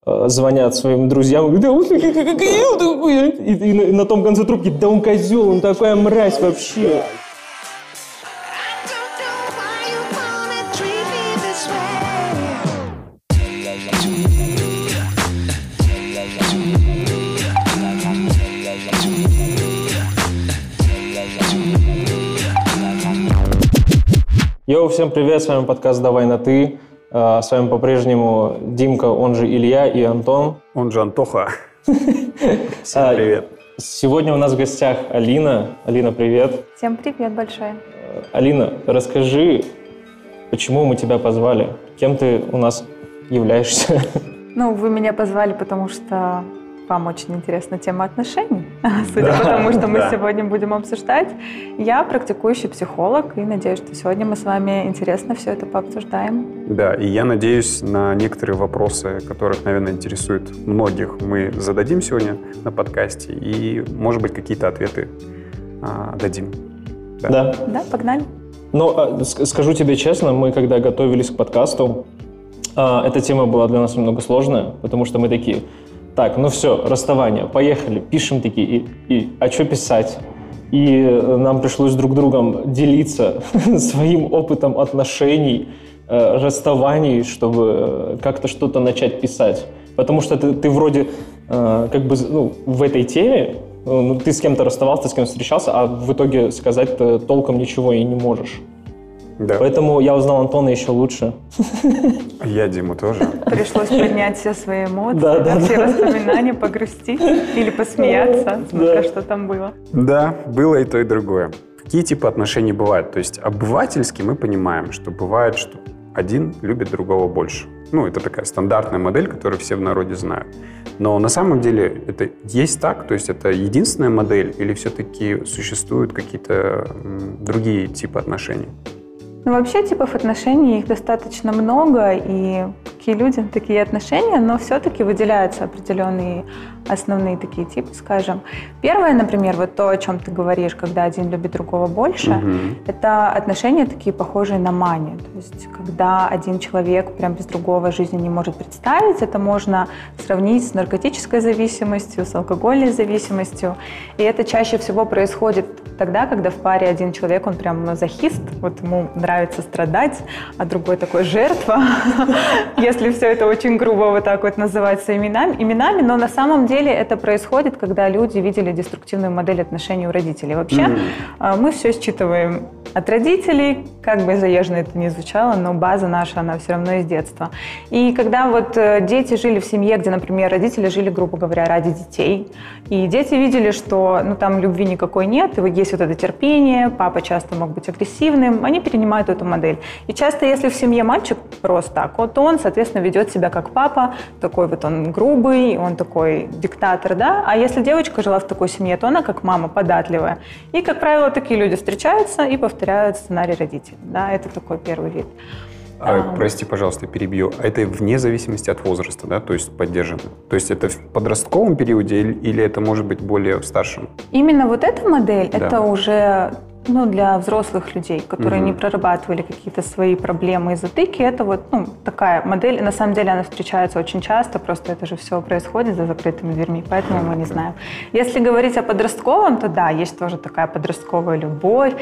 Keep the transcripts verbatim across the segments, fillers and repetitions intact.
звонят своим друзьям, говорят, да он козел, и, и, и на том конце трубки, да он козел, он такая мразь вообще. Йоу, всем привет, с вами подкаст «Давай на ты». С вами по-прежнему Димка, он же Илья, и Антон. Он же Антоха. Всем привет. Сегодня у нас в гостях Алина. Алина, привет. Всем привет большое. Алина, расскажи, почему мы тебя позвали? Кем ты у нас являешься? Ну, вы меня позвали, потому что вам очень интересна тема отношений, судя да, по тому, что мы да. сегодня будем обсуждать. Я практикующий психолог, и надеюсь, что сегодня мы с вами интересно все это пообсуждаем. Да, и я надеюсь, на некоторые вопросы, которых, наверное, интересуют многих, мы зададим сегодня на подкасте, и, может быть, какие-то ответы а, дадим. Да. Да, да погнали. Ну, скажу тебе честно, мы, когда готовились к подкасту, эта тема была для нас немного сложная, потому что мы такие... Так, ну все, расставание, поехали, пишем такие, и, и а что писать? И нам пришлось друг другом делиться своим опытом отношений, э, расставаний, чтобы как-то что-то начать писать. Потому что ты, ты вроде э, как бы ну, в этой теме, ну, ты с кем-то расставался, с кем встречался, а в итоге сказать толком ничего и не можешь. Да. Поэтому я узнал Антона еще лучше. Я Диму тоже. Пришлось поднять все свои эмоции, да, да, все да. воспоминания, погрустить или посмеяться, смотря да. что там было. Да, было и то, и другое. Какие типы отношений бывают? То есть обывательски мы понимаем, что бывает, что один любит другого больше. Ну, это такая стандартная модель, которую все в народе знают. Но на самом деле это есть так? То есть это единственная модель или все-таки существуют какие-то м, другие типы отношений? Ну, вообще типов отношений их достаточно много, и какие люди, такие отношения, но все-таки выделяются определенные основные такие типы, скажем. Первое, например, вот то, о чем ты говоришь, когда один любит другого больше, mm-hmm. это отношения такие похожие на манию. То есть когда один человек прям без другого жизни не может представить, это можно сравнить с наркотической зависимостью, с алкогольной зависимостью. И это чаще всего происходит тогда, когда в паре один человек, он прям мазохист, вот ему нравится страдать, а другой такой жертва, если все это очень грубо вот так вот называется именами, но на самом деле это происходит, когда люди видели деструктивную модель отношений у родителей. Вообще мы все считываем от родителей, как бы заезженно это ни звучало, но база наша, она все равно из детства. И когда вот дети жили в семье, где, например, родители жили, грубо говоря, ради детей, и дети видели, что ну, там любви никакой нет, и есть вот это терпение, папа часто мог быть агрессивным, они перенимают эту модель. И часто, если в семье мальчик рос так, вот он, соответственно, ведет себя как папа, такой вот он грубый, он такой диктатор, да, а если девочка жила в такой семье, то она как мама податливая. И, как правило, такие люди встречаются и повторяют сценарий родителей, да, это такой первый вид. А, а, прости, пожалуйста, перебью. А это вне зависимости от возраста, да, то есть поддержано? То есть это в подростковом периоде или это может быть более в старшем? Именно вот эта модель, да. это уже... Ну, для взрослых людей, которые mm-hmm. не прорабатывали какие-то свои проблемы и затыки, это вот ну, такая модель. На самом деле она встречается очень часто, просто это же все происходит за закрытыми дверьми, поэтому mm-hmm. мы не знаем. Если говорить о подростковом, то да, есть тоже такая подростковая любовь.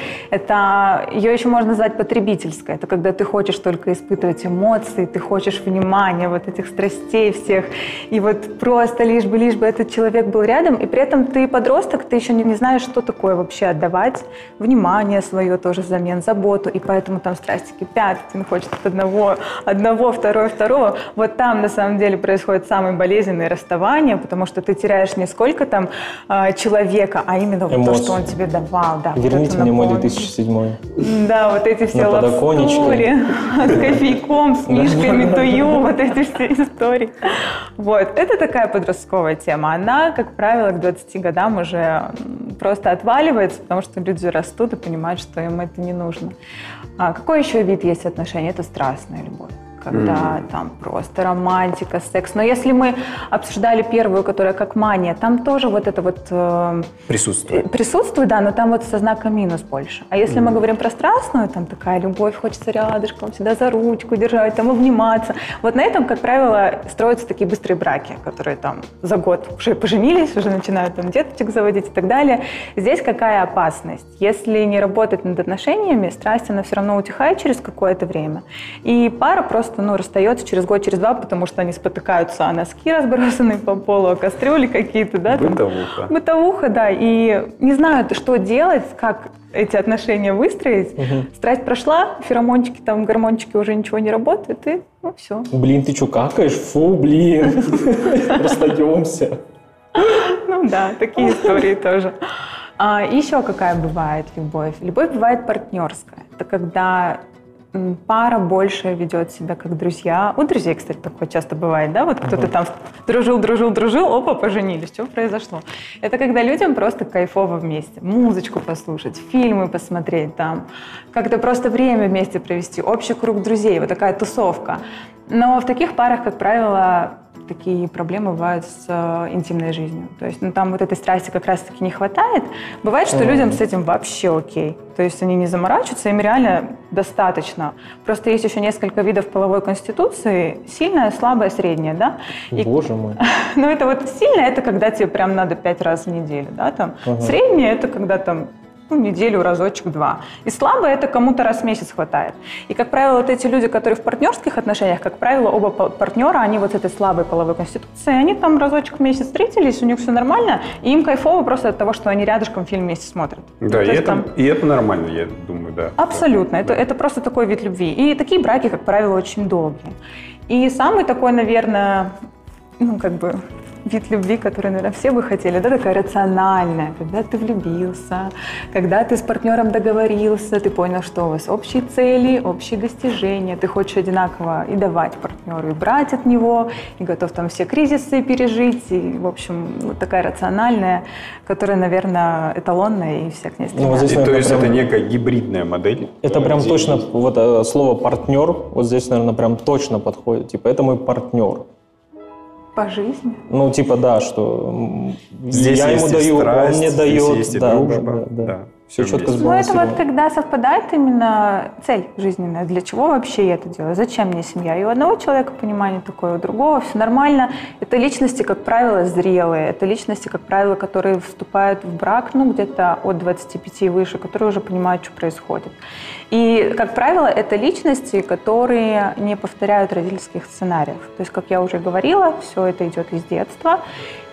Это, ее еще можно назвать потребительской. Это когда ты хочешь только испытывать эмоции, ты хочешь внимания, вот этих страстей всех. И вот просто лишь бы, лишь бы этот человек был рядом, и при этом ты подросток, ты еще не, не знаешь, что такое вообще отдавать внимание свое тоже взамен, заботу, и поэтому там страсти кипят, один хочет от одного, одного, второго, второго. Вот там на самом деле происходит самое болезненное расставание, потому что ты теряешь не сколько там человека, а именно вот то, что он тебе давал. Да, Верните вот мне мой две тысячи седьмой. Да, вот эти все лавстори с кофейком, с мишками, тую, вот эти все истории. Вот, это такая подростковая тема. Она, как правило, к двадцати годам уже просто отваливается, потому что люди растут и понимают, что им это не нужно. А какой еще вид есть отношений? Это страстная любовь. когда mm. там просто романтика, секс. Но если мы обсуждали первую, которая как мания, там тоже вот это вот... Э, присутствует. Присутствует, да, но там вот со знаком минус больше. А если mm. мы говорим про страстную, там такая любовь, хочется рядышком, всегда за ручку держать, там обниматься. Вот на этом, как правило, строятся такие быстрые браки, которые там за год уже поженились, уже начинают там деточек заводить и так далее. Здесь какая опасность? Если не работать над отношениями, страсть, она все равно утихает через какое-то время. И пара просто, ну, расстается через год, через два, потому что они спотыкаются о носки, разбросанные по полу, о кастрюли какие-то, да? Бытовуха. Там, бытовуха, да. И не знают, что делать, как эти отношения выстроить. Угу. Страсть прошла, феромончики, там, гормончики уже ничего не работают, и ну все. Блин, ты что, какаешь? Фу, блин. Расстаемся. Ну да, такие истории тоже. А еще какая бывает любовь? Любовь бывает партнерская. Это когда пара больше ведет себя как друзья. У друзей, кстати, такое часто бывает, да? Вот uh-huh. кто-то там дружил, дружил, дружил, опа, поженились. Что произошло? Это когда людям просто кайфово вместе. Музычку послушать, фильмы посмотреть, там, как-то просто время вместе провести, общий круг друзей, вот такая тусовка. Но в таких парах, как правило, такие проблемы бывают с э, интимной жизнью. То есть ну, там вот этой страсти как раз-таки не хватает. Бывает, что mm-hmm. людям с этим вообще окей. То есть они не заморачиваются, им реально достаточно. Просто есть еще несколько видов половой конституции. Сильная, слабая, средняя, да? И, Боже мой. Ну это вот сильная, это когда тебе прям надо пять раз в неделю, да? Там. Uh-huh. Средняя, это когда там ну, неделю, разочек-два. И слабое это кому-то раз в месяц хватает. И, как правило, вот эти люди, которые в партнерских отношениях, как правило, оба партнера, они вот с этой слабой половой конституцией, они там разочек в месяц встретились, у них все нормально, и им кайфово просто от того, что они рядышком фильм вместе смотрят. Да, ну, и, это, там... и это нормально, я думаю, да. Абсолютно. Да. Это, это просто такой вид любви. И такие браки, как правило, очень долгие. И самый такой, наверное, ну, как бы... вид любви, который, наверное, все бы хотели, да, такая рациональная, когда ты влюбился, когда ты с партнером договорился, ты понял, что у вас общие цели, общие достижения, ты хочешь одинаково и давать партнеру, и брать от него, и готов там все кризисы пережить, и, в общем, вот такая рациональная, которая, наверное, эталонная, и все к ней стремятся. Ну, здесь, наверное, то есть прям... это некая гибридная модель? Это прям точно, вот слово «партнер», вот здесь, наверное, прям точно подходит, типа, это мой партнер. По жизни? Ну, типа, да, что здесь я ему даю, страсть, он мне дает. Здесь есть и да, дружба. Да, да, да. Все четко Ну, это вот когда совпадает именно цель жизненная. Для чего вообще я это делаю? Зачем мне семья? И у одного человека понимание такое, у другого все нормально. Это личности, как правило, зрелые. Это личности, как правило, которые вступают в брак, ну, где-то от двадцати пяти и выше, которые уже понимают, что происходит. И, как правило, это личности, которые не повторяют родительских сценариев. То есть, как я уже говорила, все это идет из детства.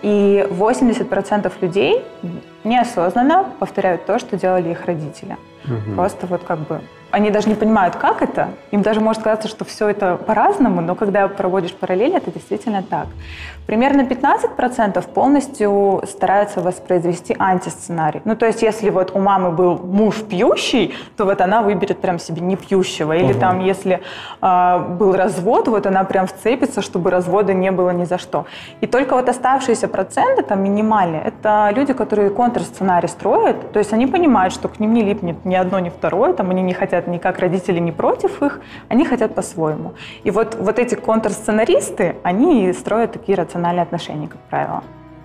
И восемьдесят процентов людей неосознанно повторяют то, что делали их родители. Угу. Просто вот как бы они даже не понимают, как это. Им даже может казаться, что все это по-разному, но когда проводишь параллель, это действительно так. Примерно пятнадцать процентов полностью стараются воспроизвести антисценарий. Ну, то есть, если вот у мамы был муж пьющий, то вот она выберет прям себе не пьющего. Или угу. там, если э, был развод, вот она прям вцепится, чтобы развода не было ни за что. И только вот оставшиеся проценты, там минимальные, это люди, которые контрсценарий строят. То есть, они понимают, что к ним не липнет ни одно, ни второе, там они не хотят ни как родители, ни против их, они хотят по-своему. И вот, вот эти контрсценаристы, они строят такие рациональные отношения, как правило.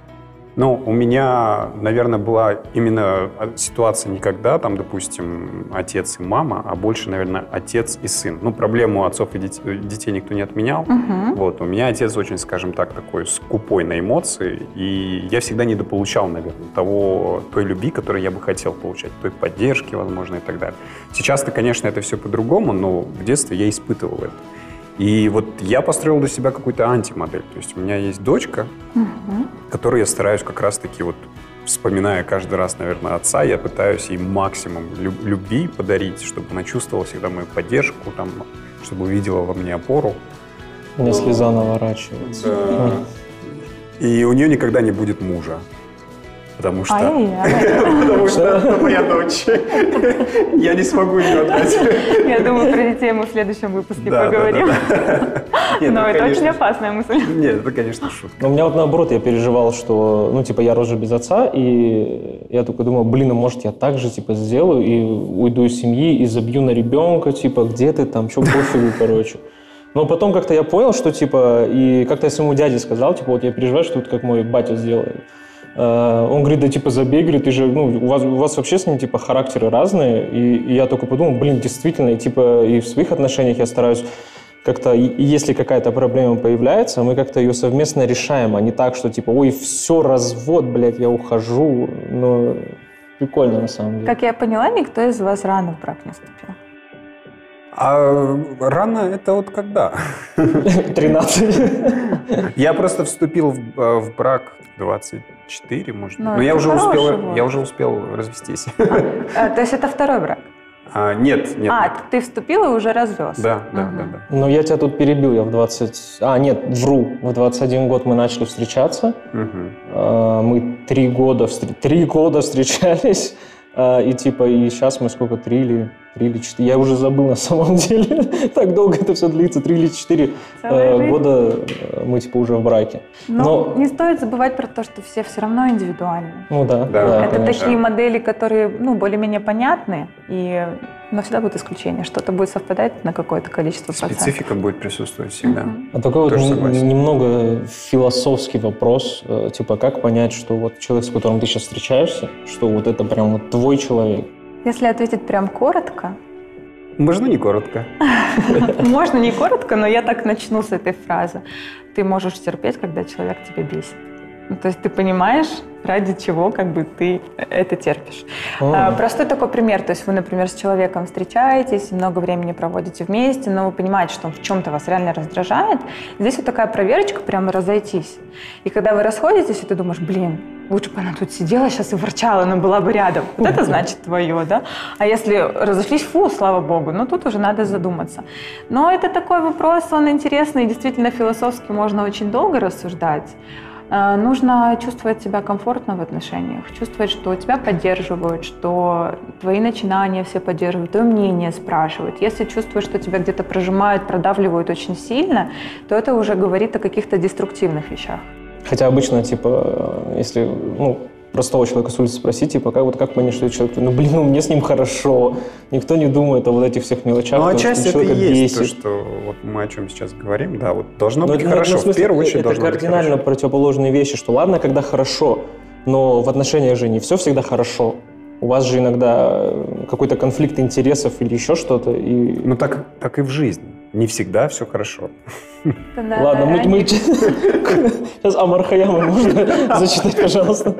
Ну, у меня, наверное, была именно ситуация не когда, там, допустим, отец и мама, а больше, наверное, отец и сын. Ну, проблему отцов и детей никто не отменял. Uh-huh. Вот, у меня отец очень, скажем так, такой скупой на эмоции, и я всегда недополучал, наверное, того, той любви, которую я бы хотел получать, той поддержки, возможно, и так далее. Сейчас-то, конечно, это все по-другому, но в детстве я испытывал это. И вот я построил для себя какую-то антимодель. То есть у меня есть дочка, угу. которую я стараюсь как раз-таки, вот, вспоминая каждый раз, наверное, отца, я пытаюсь ей максимум люб- любви подарить, чтобы она чувствовала всегда мою поддержку, там, чтобы увидела во мне опору. У меня слеза наворачивается. Да. И у нее никогда не будет мужа. Потому что, потому что это моя дочь. Я не смогу ее отдать. Я думаю, про детей мы в следующем выпуске да, поговорим. Да, да, да. Нет, Но ну, это конечно, очень опасная мысль. Нет, это, конечно, шутка. Но у меня вот наоборот, я переживал, что, ну, типа, я рос же без отца, и я только думал, блин, ну, может, я так же, типа, сделаю и уйду из семьи и забью на ребенка, типа, где ты там, что пофигу, короче. Но потом как-то я понял, что, типа, и как-то я своему дяде сказал, типа, вот я переживаю, что вот как мой батя сделает. Он говорит, да, типа, забей, говорит, ты же, ну, у вас, у вас вообще с ним, типа, характеры разные. И, и я только подумал, блин, действительно, и, типа, и в своих отношениях я стараюсь как-то, и если какая-то проблема появляется, мы как-то ее совместно решаем, а не так, что, типа, ой, все, развод, блядь, я ухожу. Но прикольно, на самом деле. Как я поняла, никто из вас рано в брак не вступил. А рано это вот когда? тринадцать. Я просто вступил в, в брак двадцать четыре, может. Но Но я уже успел, возраст. я уже успел развестись. А, то есть это второй брак? А, нет, нет. А, нет. ты вступил и уже развез? Да, да, Угу. да, да. Ну, я тебя тут перебил, я в двадцать... А, нет, вру. В двадцать один год мы начали встречаться. Угу. Мы три года, встр- три года встречались. И типа, и сейчас мы сколько, три или, три или четыре, я уже забыл на самом деле, так долго это все длится, три или четыре э, года мы типа уже в браке. Но, Но не стоит забывать про то, что все все равно индивидуальны. Ну да, Да, да, Это конечно. такие модели, которые, ну, более-менее понятны, и, но всегда будут исключения. Что-то будет совпадать на какое-то количество процентов. Специфика будет присутствовать всегда. Мгм. А такой вот Тоже н- согласен. немного философский вопрос, э, типа, как понять, что вот человек, с которым ты сейчас встречаешься, что вот это прям вот твой человек? Если ответить прям коротко, Можно не коротко. можно не коротко, но я так начну с этой фразы. Ты можешь терпеть, когда человек тебя бесит. Ну, то есть ты понимаешь, ради чего как бы ты это терпишь. А. А, Простой такой пример. То есть вы, например, с человеком встречаетесь, много времени проводите вместе, но вы понимаете, что он в чем-то вас реально раздражает. Здесь вот такая проверочка, прямо разойтись. И когда вы расходитесь, и ты думаешь, блин, лучше бы она тут сидела сейчас и ворчала, но была бы рядом. Вот это значит твое, да? А если разошлись, фу, слава богу, ну тут уже надо задуматься. Но это такой вопрос, он интересный, и действительно философски можно очень долго рассуждать. Э, Нужно чувствовать себя комфортно в отношениях, чувствовать, что тебя поддерживают, что твои начинания все поддерживают, твое мнение спрашивают. Если чувствуешь, что тебя где-то прожимают, продавливают очень сильно, то это уже говорит о каких-то деструктивных вещах. Хотя обычно, типа, если, ну, простого человека с улицы спросить, типа, как, вот, как понять, что человек, ну, блин, ну, мне с ним хорошо. Никто не думает о вот этих всех мелочах, Ну, потому что отчасти это и человека есть то, бесит. что вот мы о чем сейчас говорим. Да, вот должно Но быть это, хорошо. ну, в смысле, в первую очередь это должно быть кардинально хорошо. противоположные вещи, что ладно, когда хорошо, но в отношениях же не все всегда хорошо. У вас же иногда какой-то конфликт интересов или еще что-то. И... Ну, так, так и в жизни. Не всегда все хорошо. Ладно, мы, мы... Сейчас Амар Хайяма можно зачитать, пожалуйста.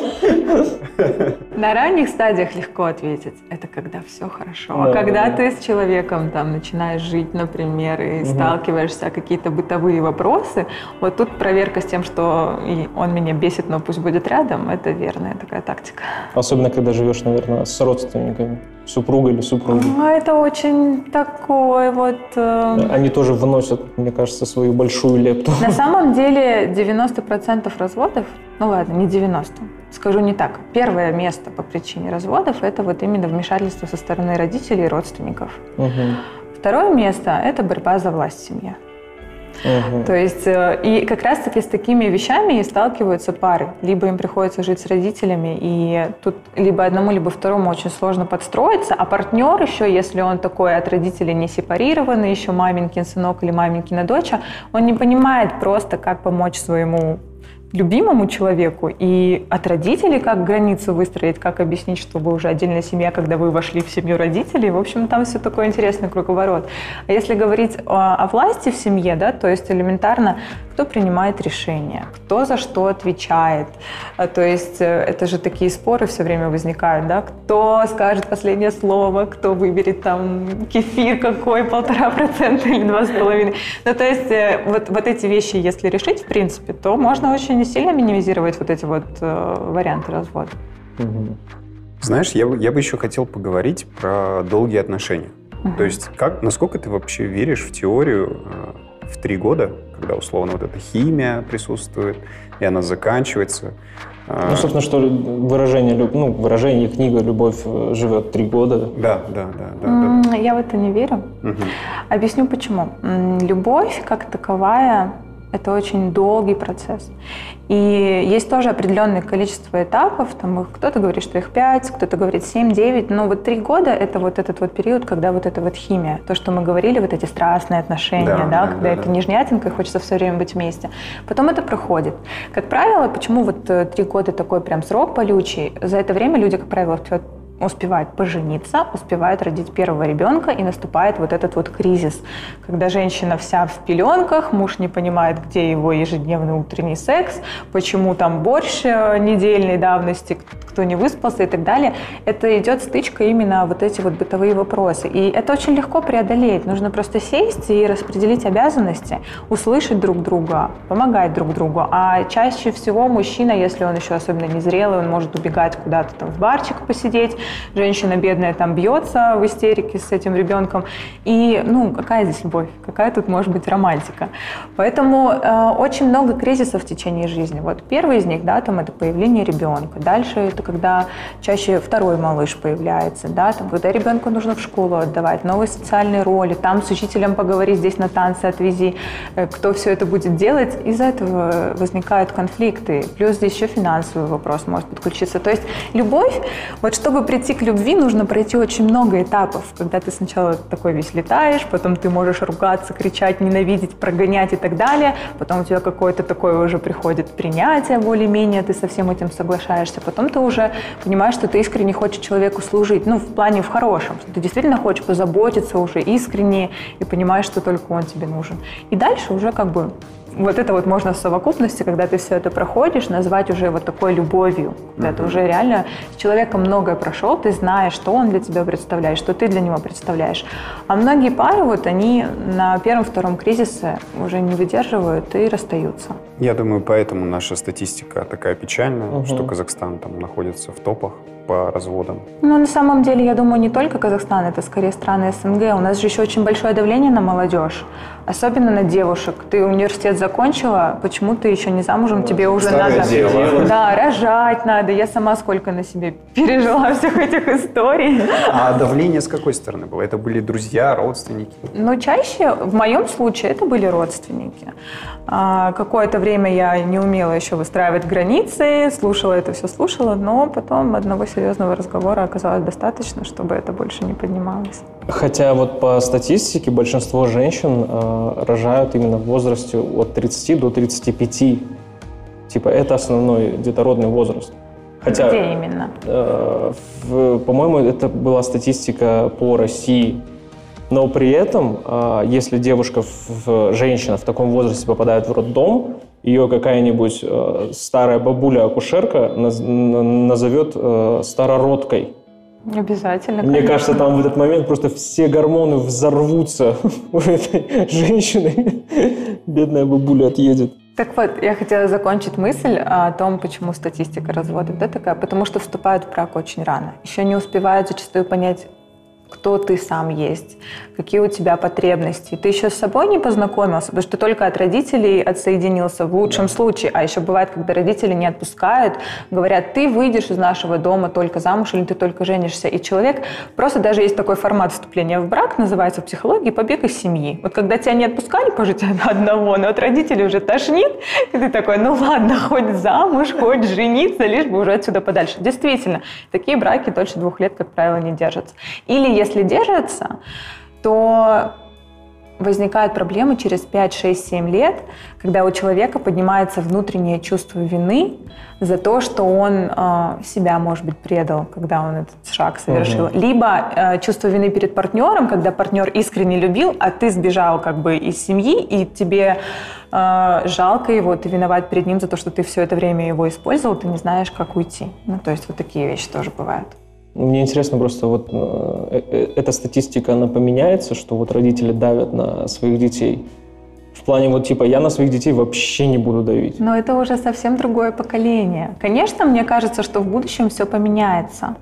На ранних стадиях легко ответить. Это когда все хорошо. Да, а когда да. ты с человеком там начинаешь жить, например, и сталкиваешься, какие-то бытовые вопросы, вот тут проверка с тем, что и он меня бесит, но пусть будет рядом, это верная такая тактика. Особенно, когда живешь, наверное, с родственниками, супруга или супруги. А это очень такой вот... э, Они тоже вносят, мне кажется, свою большую лепту. На самом деле девяносто процентов разводов, ну ладно, не девяносто, скажу не так. Первое место по причине разводов – это вот именно вмешательство со стороны родителей и родственников. Мгм. Второе место – это борьба за власть в семье. Мгм. То есть, э, и как раз-таки с такими вещами и сталкиваются пары. Либо им приходится жить с родителями, и тут либо одному, либо второму очень сложно подстроиться, а партнер еще, если он такой от родителей не сепарированный, еще маменькин сынок или маменькина доча, он не понимает просто, как помочь своему любимому человеку, и от родителей как границу выстроить, как объяснить, чтобы уже отдельная семья, когда вы вошли в семью родителей. В общем, там все такой интересный круговорот. А если говорить о, о власти в семье, да, то есть элементарно, кто принимает решения, кто за что отвечает. А, то есть э, это же такие споры все время возникают, да, кто скажет последнее слово, кто выберет там кефир какой, полтора процента или два с половиной. Ну, то есть э, вот, вот эти вещи, если решить, в принципе, то можно очень сильно минимизировать вот эти вот э, варианты развода. Мгм. Знаешь, я, бы- я бы еще хотел поговорить про долгие отношения. Мгм. То есть, как, насколько ты вообще веришь в теорию э, в три года, когда условно вот эта химия присутствует, и она заканчивается? Э, Ну, собственно, что выражение, люб- ну, выражение книга «Любовь э, живет три года». Да, да, да, да, да. М, Я в это не верю. Мгм. Объясню почему. М, Любовь как таковая Это очень долгий процесс. И есть тоже определенное количество этапов. Там кто-то говорит, что их пять, кто-то говорит семь-девять. Но вот три года – это вот этот вот период, когда вот эта вот химия. То, что мы говорили, вот эти страстные отношения, да, да, когда да, это да. нежнятинка, и хочется все время быть вместе. Потом это проходит. Как правило, почему вот три года такой прям срок колючий? За это время люди, как правило, успевают пожениться, успевают родить первого ребенка, и наступает вот этот вот кризис, когда женщина вся в пеленках, муж не понимает, где его ежедневный утренний секс, почему там борщ недельной давности, кто не выспался и так далее. Это идет стычка именно вот эти вот бытовые вопросы. И это очень легко преодолеть. Нужно просто сесть и распределить обязанности, услышать друг друга, помогать друг другу. А чаще всего мужчина, если он еще особенно незрелый, он может убегать куда-то там в барчик посидеть. Женщина бедная там бьется в истерике с этим ребенком. И, ну, какая здесь любовь? Какая тут может быть романтика? Поэтому э, очень много кризисов в течение жизни. Вот первый из них, да, там это появление ребенка. Дальше это когда чаще второй малыш появляется, да, там, когда ребенку нужно в школу отдавать, новые социальные роли, там с учителем поговори, здесь на танцы отвези, кто все это будет делать. Из-за этого возникают конфликты. Плюс здесь еще финансовый вопрос может подключиться. То есть любовь, вот чтобы прийти к любви, нужно пройти очень много этапов, когда ты сначала такой весь летаешь, потом ты можешь ругаться, кричать, ненавидеть, прогонять и так далее, потом у тебя какое-то такое уже приходит принятие более-менее, ты со всем этим соглашаешься, потом ты уже понимаешь, что ты искренне хочешь человеку служить, ну, в плане в хорошем, что ты действительно хочешь позаботиться уже искренне и понимаешь, что только он тебе нужен. И дальше уже как бы вот это вот можно в совокупности, когда ты все это проходишь, назвать уже вот такой любовью. Когда mm-hmm. ты уже реально с человеком многое прошел, ты знаешь, что он для тебя представляет, что ты для него представляешь. А многие пары, вот они на первом-втором кризисе уже не выдерживают и расстаются. Я думаю, поэтому наша статистика такая печальная, mm-hmm. что Казахстан там находится в топах по разводам. Ну, на самом деле, я думаю, не только Казахстан, это скорее страны СНГ. У нас же еще очень большое давление на молодежь, особенно на девушек. Ты университет закончила, почему ты еще не замужем, ну, тебе уже надо дело. Да, рожать надо. Я сама сколько на себе пережила всех этих историй. А давление с какой стороны было? Это были друзья, родственники? Ну, чаще, в моем случае, это были родственники. А, какое-то время я не умела еще выстраивать границы, слушала это все, слушала, но потом одного серьезного разговора оказалось достаточно, чтобы это больше не поднималось. Хотя вот по статистике большинство женщин э, рожают именно в возрасте от тридцати до тридцати пяти. Типа это основной детородный возраст. Хотя, где именно? Э, в, по-моему, это была статистика по России. Но при этом, э, если девушка, в, женщина в таком возрасте попадает в роддом, ее какая-нибудь э, старая бабуля-акушерка наз, назовет э, старородкой. Обязательно. Мне конечно. кажется, там в этот момент просто все гормоны взорвутся у этой женщины. Бедная бабуля отъедет. Так вот, я хотела закончить мысль о том, почему статистика разводов да, такая. Потому что вступают в брак очень рано. Еще не успевают зачастую понять, кто ты сам есть, какие у тебя потребности. Ты еще с собой не познакомился, потому что только от родителей отсоединился в лучшем да. случае. А еще бывает, когда родители не отпускают, говорят, ты выйдешь из нашего дома только замуж или ты только женишься. И человек, просто даже есть такой формат вступления в брак, называется в психологии побег из семьи. Вот когда тебя не отпускали пожить одного, но от родителей уже тошнит, и ты такой, ну ладно, хоть замуж, хоть жениться, лишь бы уже отсюда подальше. Действительно, такие браки дольше двух лет, как правило, не держатся. Или если держатся, то возникают проблемы через пять, шесть, семь лет, когда у человека поднимается внутреннее чувство вины за то, что он э, себя, может быть, предал, когда он этот шаг совершил. Угу. Либо э, чувство вины перед партнером, когда партнер искренне любил, а ты сбежал как бы из семьи, и тебе э, жалко его, ты виноват перед ним за то, что ты все это время его использовал, ты не знаешь, как уйти. Ну, то есть вот такие вещи тоже бывают. Мне интересно просто, вот э, эта статистика, она поменяется, что вот родители давят на своих детей? В плане вот типа, я на своих детей вообще не буду давить. Но это уже совсем другое поколение. Конечно, мне кажется, что в будущем все поменяется.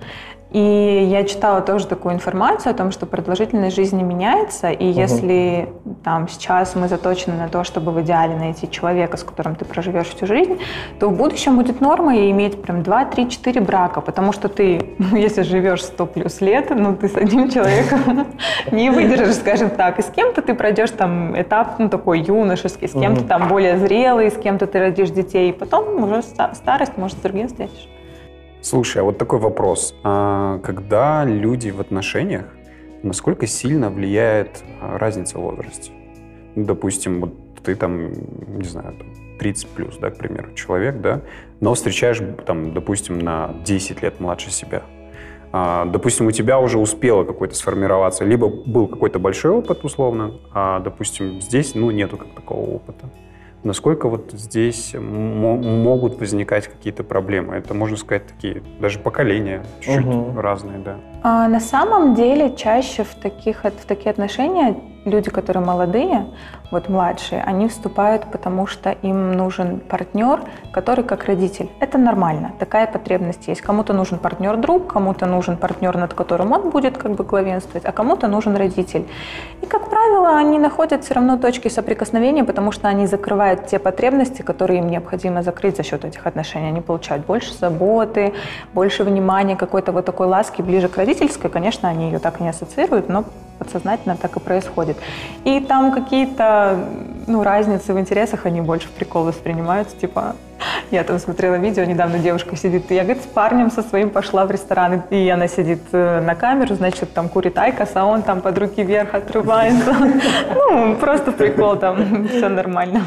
И я читала тоже такую информацию о том, что продолжительность жизни меняется, и угу. если там сейчас мы заточены на то, чтобы в идеале найти человека, с которым ты проживешь всю жизнь, то в будущем будет нормой иметь прям два, три, четыре брака, потому что ты, ну, если живешь сто плюс лет, ну, ты с одним человеком не выдержишь, скажем так, и с кем-то ты пройдешь там этап, ну, такой юношеский, с кем-то там более зрелый, с кем-то ты родишь детей, и потом уже старость, может, с другим встретишь. Слушай, а вот такой вопрос. А когда люди в отношениях, насколько сильно влияет разница в возрасте? Ну, допустим, вот ты там, не знаю, тридцать плюс, да, к примеру, человек, да, но встречаешь, там, допустим, на десять лет младше себя. А, допустим, у тебя уже успело какой-то сформироваться, либо был какой-то большой опыт, условно, а, допустим, здесь, ну, нету как такого опыта. Насколько вот здесь могут возникать какие-то проблемы? Это, можно сказать, такие даже поколения чуть-чуть угу. разные, да. А на самом деле чаще в, таких, в такие отношения люди, которые молодые, вот младшие, они вступают, потому что им нужен партнер, который как родитель. Это нормально, такая потребность есть. Кому-то нужен партнер-друг, кому-то нужен партнер, над которым он будет как бы главенствовать, а кому-то нужен родитель. И, как правило, они находят все равно точки соприкосновения, потому что они закрывают те потребности, которые им необходимо закрыть за счет этих отношений. Они получают больше заботы, больше внимания, какой-то вот такой ласки ближе к родительской. Конечно, они ее так и не ассоциируют, но подсознательно так и происходит. И там какие-то, ну, разницы в интересах, они больше в прикол воспринимаются, типа, я там смотрела видео, недавно девушка сидит, я, говорит, с парнем со своим пошла в ресторан, и она сидит на камеру, значит, там курит айкос, а он там под руки вверх отрывается. Ну, просто прикол, там все нормально.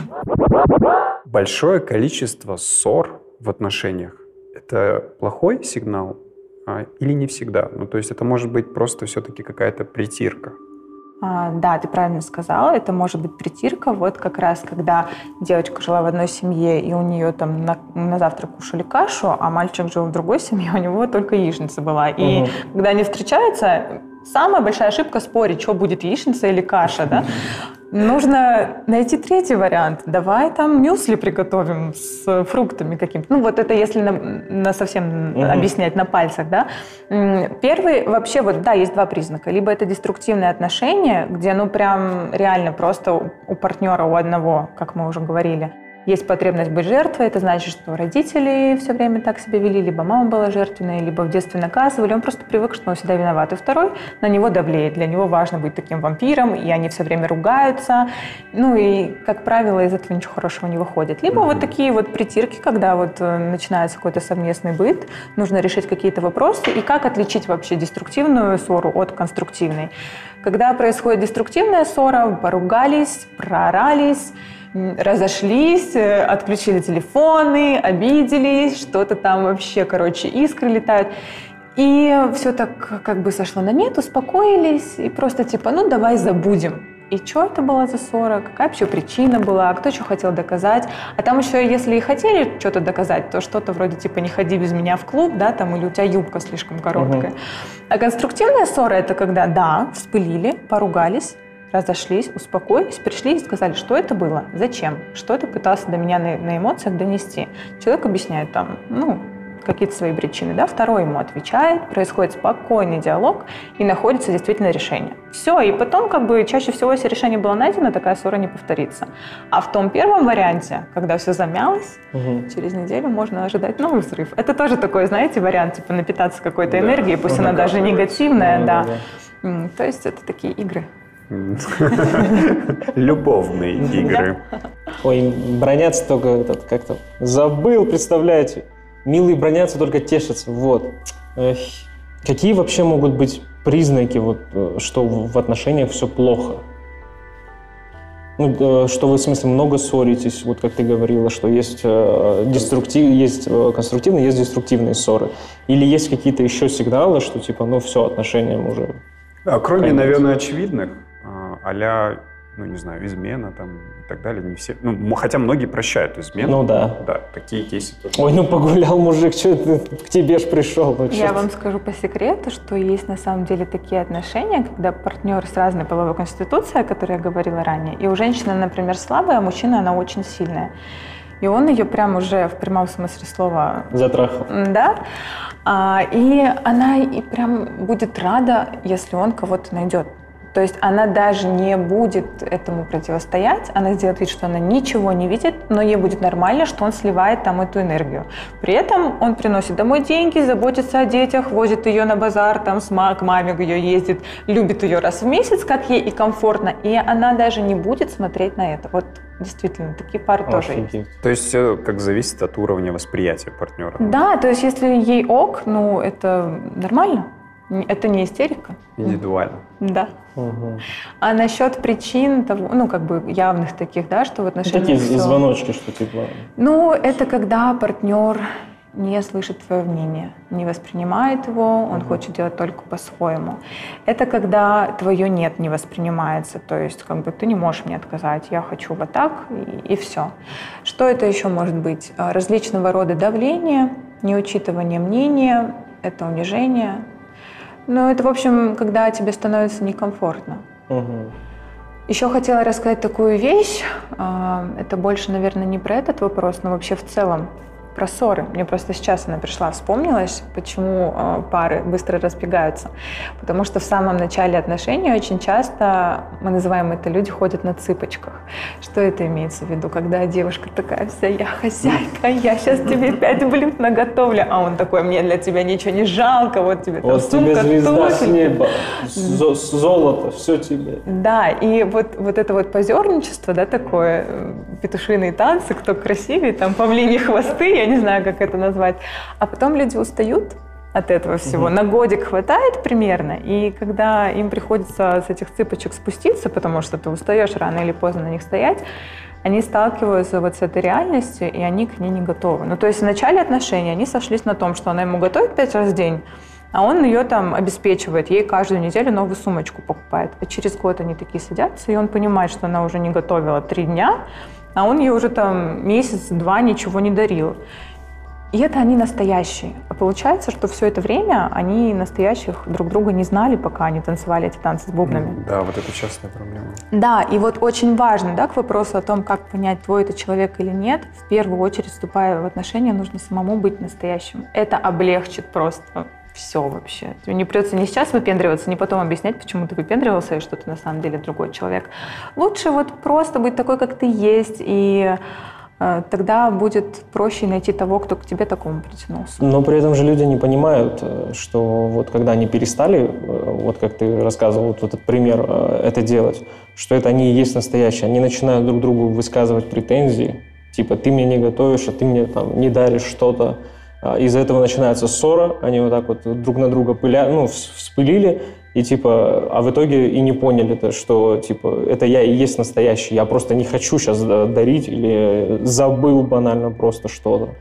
Большое количество ссор в отношениях – это плохой сигнал? Или не всегда? Ну, то есть это может быть просто все-таки какая-то притирка. А, да, ты правильно сказала, это может быть притирка. Вот как раз, когда девочка жила в одной семье, и у нее там на, на завтрак кушали кашу, а мальчик жил в другой семье, у него только яичница была. И угу. когда они встречаются, самая большая ошибка спорить, что будет, яичница или каша, да? Нужно найти третий вариант. Давай там мюсли приготовим с фруктами какими-то. Ну, вот это если на, на совсем mm-hmm. объяснять на пальцах, да. Первый, вообще, вот, да, есть два признака. Либо это деструктивные отношения, где, ну, прям реально просто у, у партнера, у одного, как мы уже говорили, есть потребность быть жертвой, это значит, что родители все время так себя вели, либо мама была жертвенной, либо в детстве наказывали, он просто привык, что он всегда виноват. И второй на него давлеет, для него важно быть таким вампиром, и они все время ругаются, ну и, как правило, из этого ничего хорошего не выходит. Либо mm-hmm. вот такие вот притирки, когда вот начинается какой-то совместный быт, нужно решить какие-то вопросы, и как отличить вообще деструктивную ссору от конструктивной. Когда происходит деструктивная ссора, поругались, проорались, разошлись, отключили телефоны, обиделись, что-то там вообще, короче, искры летают. И все так как бы сошло на нет, успокоились и просто типа, ну давай забудем. И что это была за ссора, какая вообще причина была, кто что хотел доказать. А там еще, если и хотели что-то доказать, то что-то вроде типа «не ходи без меня в клуб», да, там, или «у тебя юбка слишком короткая». Угу. А конструктивная ссора – это когда, да, вспылили, поругались, разошлись, успокоились, пришли и сказали, что это было, зачем, что ты пытался до меня на, на эмоциях донести. Человек объясняет там, ну, какие-то свои причины, да, второй ему отвечает, происходит спокойный диалог и находится действительно решение. Все, и потом как бы чаще всего, если решение было найдено, такая ссора не повторится. А в том первом варианте, когда все замялось, угу. через неделю можно ожидать новый взрыв. Это тоже такой, знаете, вариант, типа напитаться какой-то да. энергией, пусть угу. она даже негативная, да. да. да. То есть это такие игры. Любовные игры. Ой, бронятся только этот, как-то забыл, представляете? Милые бронятся, только тешатся. Вот. Эх. Какие вообще могут быть признаки, вот, что в отношениях все плохо? Ну, что вы, в смысле, много ссоритесь, вот как ты говорила, что есть, э, деструктив, есть конструктивные, есть деструктивные ссоры. Или есть какие-то еще сигналы, что типа, ну все, отношениям уже... А кроме, наверное, очевидных, а-ля, ну, не знаю, измена там и так далее, не все. Ну, хотя многие прощают измену. Ну, да. Да, такие кейсы тоже. Ой, ну, погулял мужик, что ты к тебе ж пришел. Ну, Я вам скажу по секрету, что есть на самом деле такие отношения, когда партнер с разной половой конституцией, о которой я говорила ранее, и у женщины, например, слабая, а у мужчины она очень сильная. и он ее прям уже в прямом смысле слова... Затрахал. Да. А, и она и прям будет рада, если он кого-то найдет. То есть она даже не будет этому противостоять, она сделает вид, что она ничего не видит, но ей будет нормально, что он сливает там эту энергию. При этом он приносит домой деньги, заботится о детях, возит ее на базар, там с ма- к маме ее ездит, любит ее раз в месяц, как ей и комфортно, и она даже не будет смотреть на это. Вот действительно, такие пары тоже есть. То есть все как зависит от уровня восприятия партнера. Да, то есть если ей ок, ну это нормально. Это не истерика. Индивидуально. Да. Угу. А насчет причин того, ну, как бы явных таких, да, что в отношениях... Такие все... звоночки, что типа... Ну, это когда партнер не слышит твое мнение, не воспринимает его, он угу. хочет делать только по-своему. Это когда твое «нет» не воспринимается, то есть как бы ты не можешь мне отказать, я хочу вот так, и, и все. Что это еще может быть? Различного рода давление, неучитывание мнения, это унижение. Ну, это, в общем, когда тебе становится некомфортно. Угу. Еще хотела рассказать такую вещь. Это больше, наверное, не про этот вопрос, но вообще в целом про ссоры. Мне просто сейчас она пришла, вспомнилась, почему пары быстро разбегаются. Потому что в самом начале отношений очень часто, мы называем это, люди ходят на цыпочках. Что это имеется в виду? Когда девушка такая вся, я хозяйка, я сейчас тебе пять блюд наготовлю, а он такой, мне для тебя ничего не жалко, вот тебе там вот сумка, тебе звезда с туфельки. неба, золото, все тебе. Да, и вот, вот это вот позерничество, да, такое, петушиные танцы, кто красивее, там павлиньи хвосты, я не знаю, как это назвать. А потом люди устают от этого всего. Угу. На годик хватает примерно, и когда им приходится с этих цыпочек спуститься, потому что ты устаешь рано или поздно на них стоять, они сталкиваются вот с этой реальностью, и они к ней не готовы. Ну, то есть в начале отношений они сошлись на том, что она ему готовит пять раз в день, а он ее там обеспечивает, ей каждую неделю новую сумочку покупает. А через год они такие садятся, и он понимает, что она уже не готовила три дня, а он ей уже там месяц-два ничего не дарил. И это они настоящие. А получается, что все это время они настоящих друг друга не знали, пока они танцевали эти танцы с бубнами. Да, вот это частая проблема. Да, и вот очень важно, да, к вопросу о том, как понять, твой это человек или нет, в первую очередь, вступая в отношения, нужно самому быть настоящим. Это облегчит просто все вообще. Тебе не придется ни сейчас выпендриваться, ни потом объяснять, почему ты выпендривался и что ты на самом деле другой человек. Лучше вот просто быть такой, как ты есть, и э, тогда будет проще найти того, кто к тебе такому притянулся. Но при этом же люди не понимают, что вот когда они перестали, вот как ты рассказывал, вот этот пример, это делать, что это они и есть настоящие. Они начинают друг другу высказывать претензии, типа ты мне не готовишь, а ты мне там не даришь что-то. Из-за этого начинается ссора, они вот так вот друг на друга пыля, ну, вспылили, и типа, а в итоге и не поняли, что типа это я и есть настоящий, я просто не хочу сейчас дарить или забыл банально просто что-то.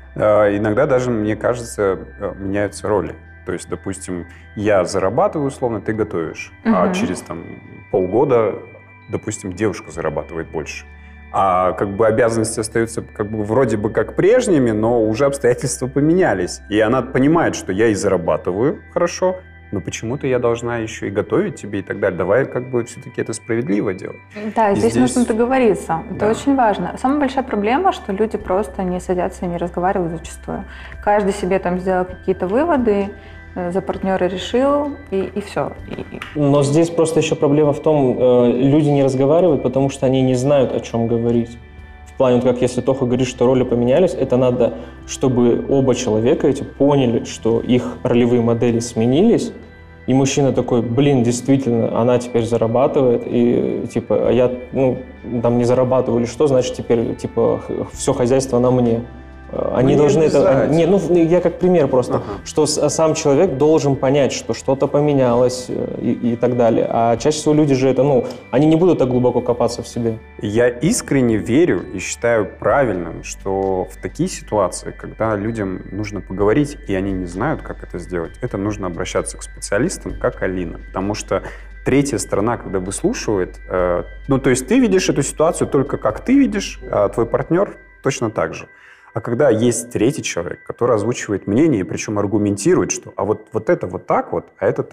Иногда даже, мне кажется, меняются роли. То есть, допустим, я зарабатываю условно, ты готовишь, угу. а через там полгода, допустим, девушка зарабатывает больше. А как бы обязанности остаются как бы вроде бы как прежними, но уже обстоятельства поменялись. И она понимает, что я и зарабатываю хорошо, но почему-то я должна еще и готовить тебе и так далее. Давай как бы все-таки это справедливо делать. Да, здесь, здесь нужно договориться. Это да. очень важно. Самая большая проблема, что люди просто не садятся и не разговаривают зачастую. Каждый себе там сделал какие-то выводы, за партнера решил, и, и все. И... Но здесь просто еще проблема в том, э, люди не разговаривают, потому что они не знают, о чем говорить. В плане, вот как если Тоха говорит, что роли поменялись, это надо, чтобы оба человека эти поняли, что их ролевые модели сменились, и мужчина такой, блин, действительно, она теперь зарабатывает, и типа, а я, ну, там не зарабатываю или что, значит, теперь, типа, все хозяйство на мне. Они ну, должны это... Не, ну, я как пример просто, ага. что сам человек должен понять, что что-то поменялось и, и так далее. А чаще всего люди же это, ну, они не будут так глубоко копаться в себе. Я искренне верю и считаю правильным, что в такие ситуации, когда людям нужно поговорить, и они не знают, как это сделать, это нужно обращаться к специалистам, как Алина. Потому что третья сторона, когда выслушивает, э, ну, то есть ты видишь эту ситуацию только как ты видишь, а твой партнер точно так же. А когда есть третий человек, который озвучивает мнение, причем аргументирует, что а вот, вот это вот так вот, а это так,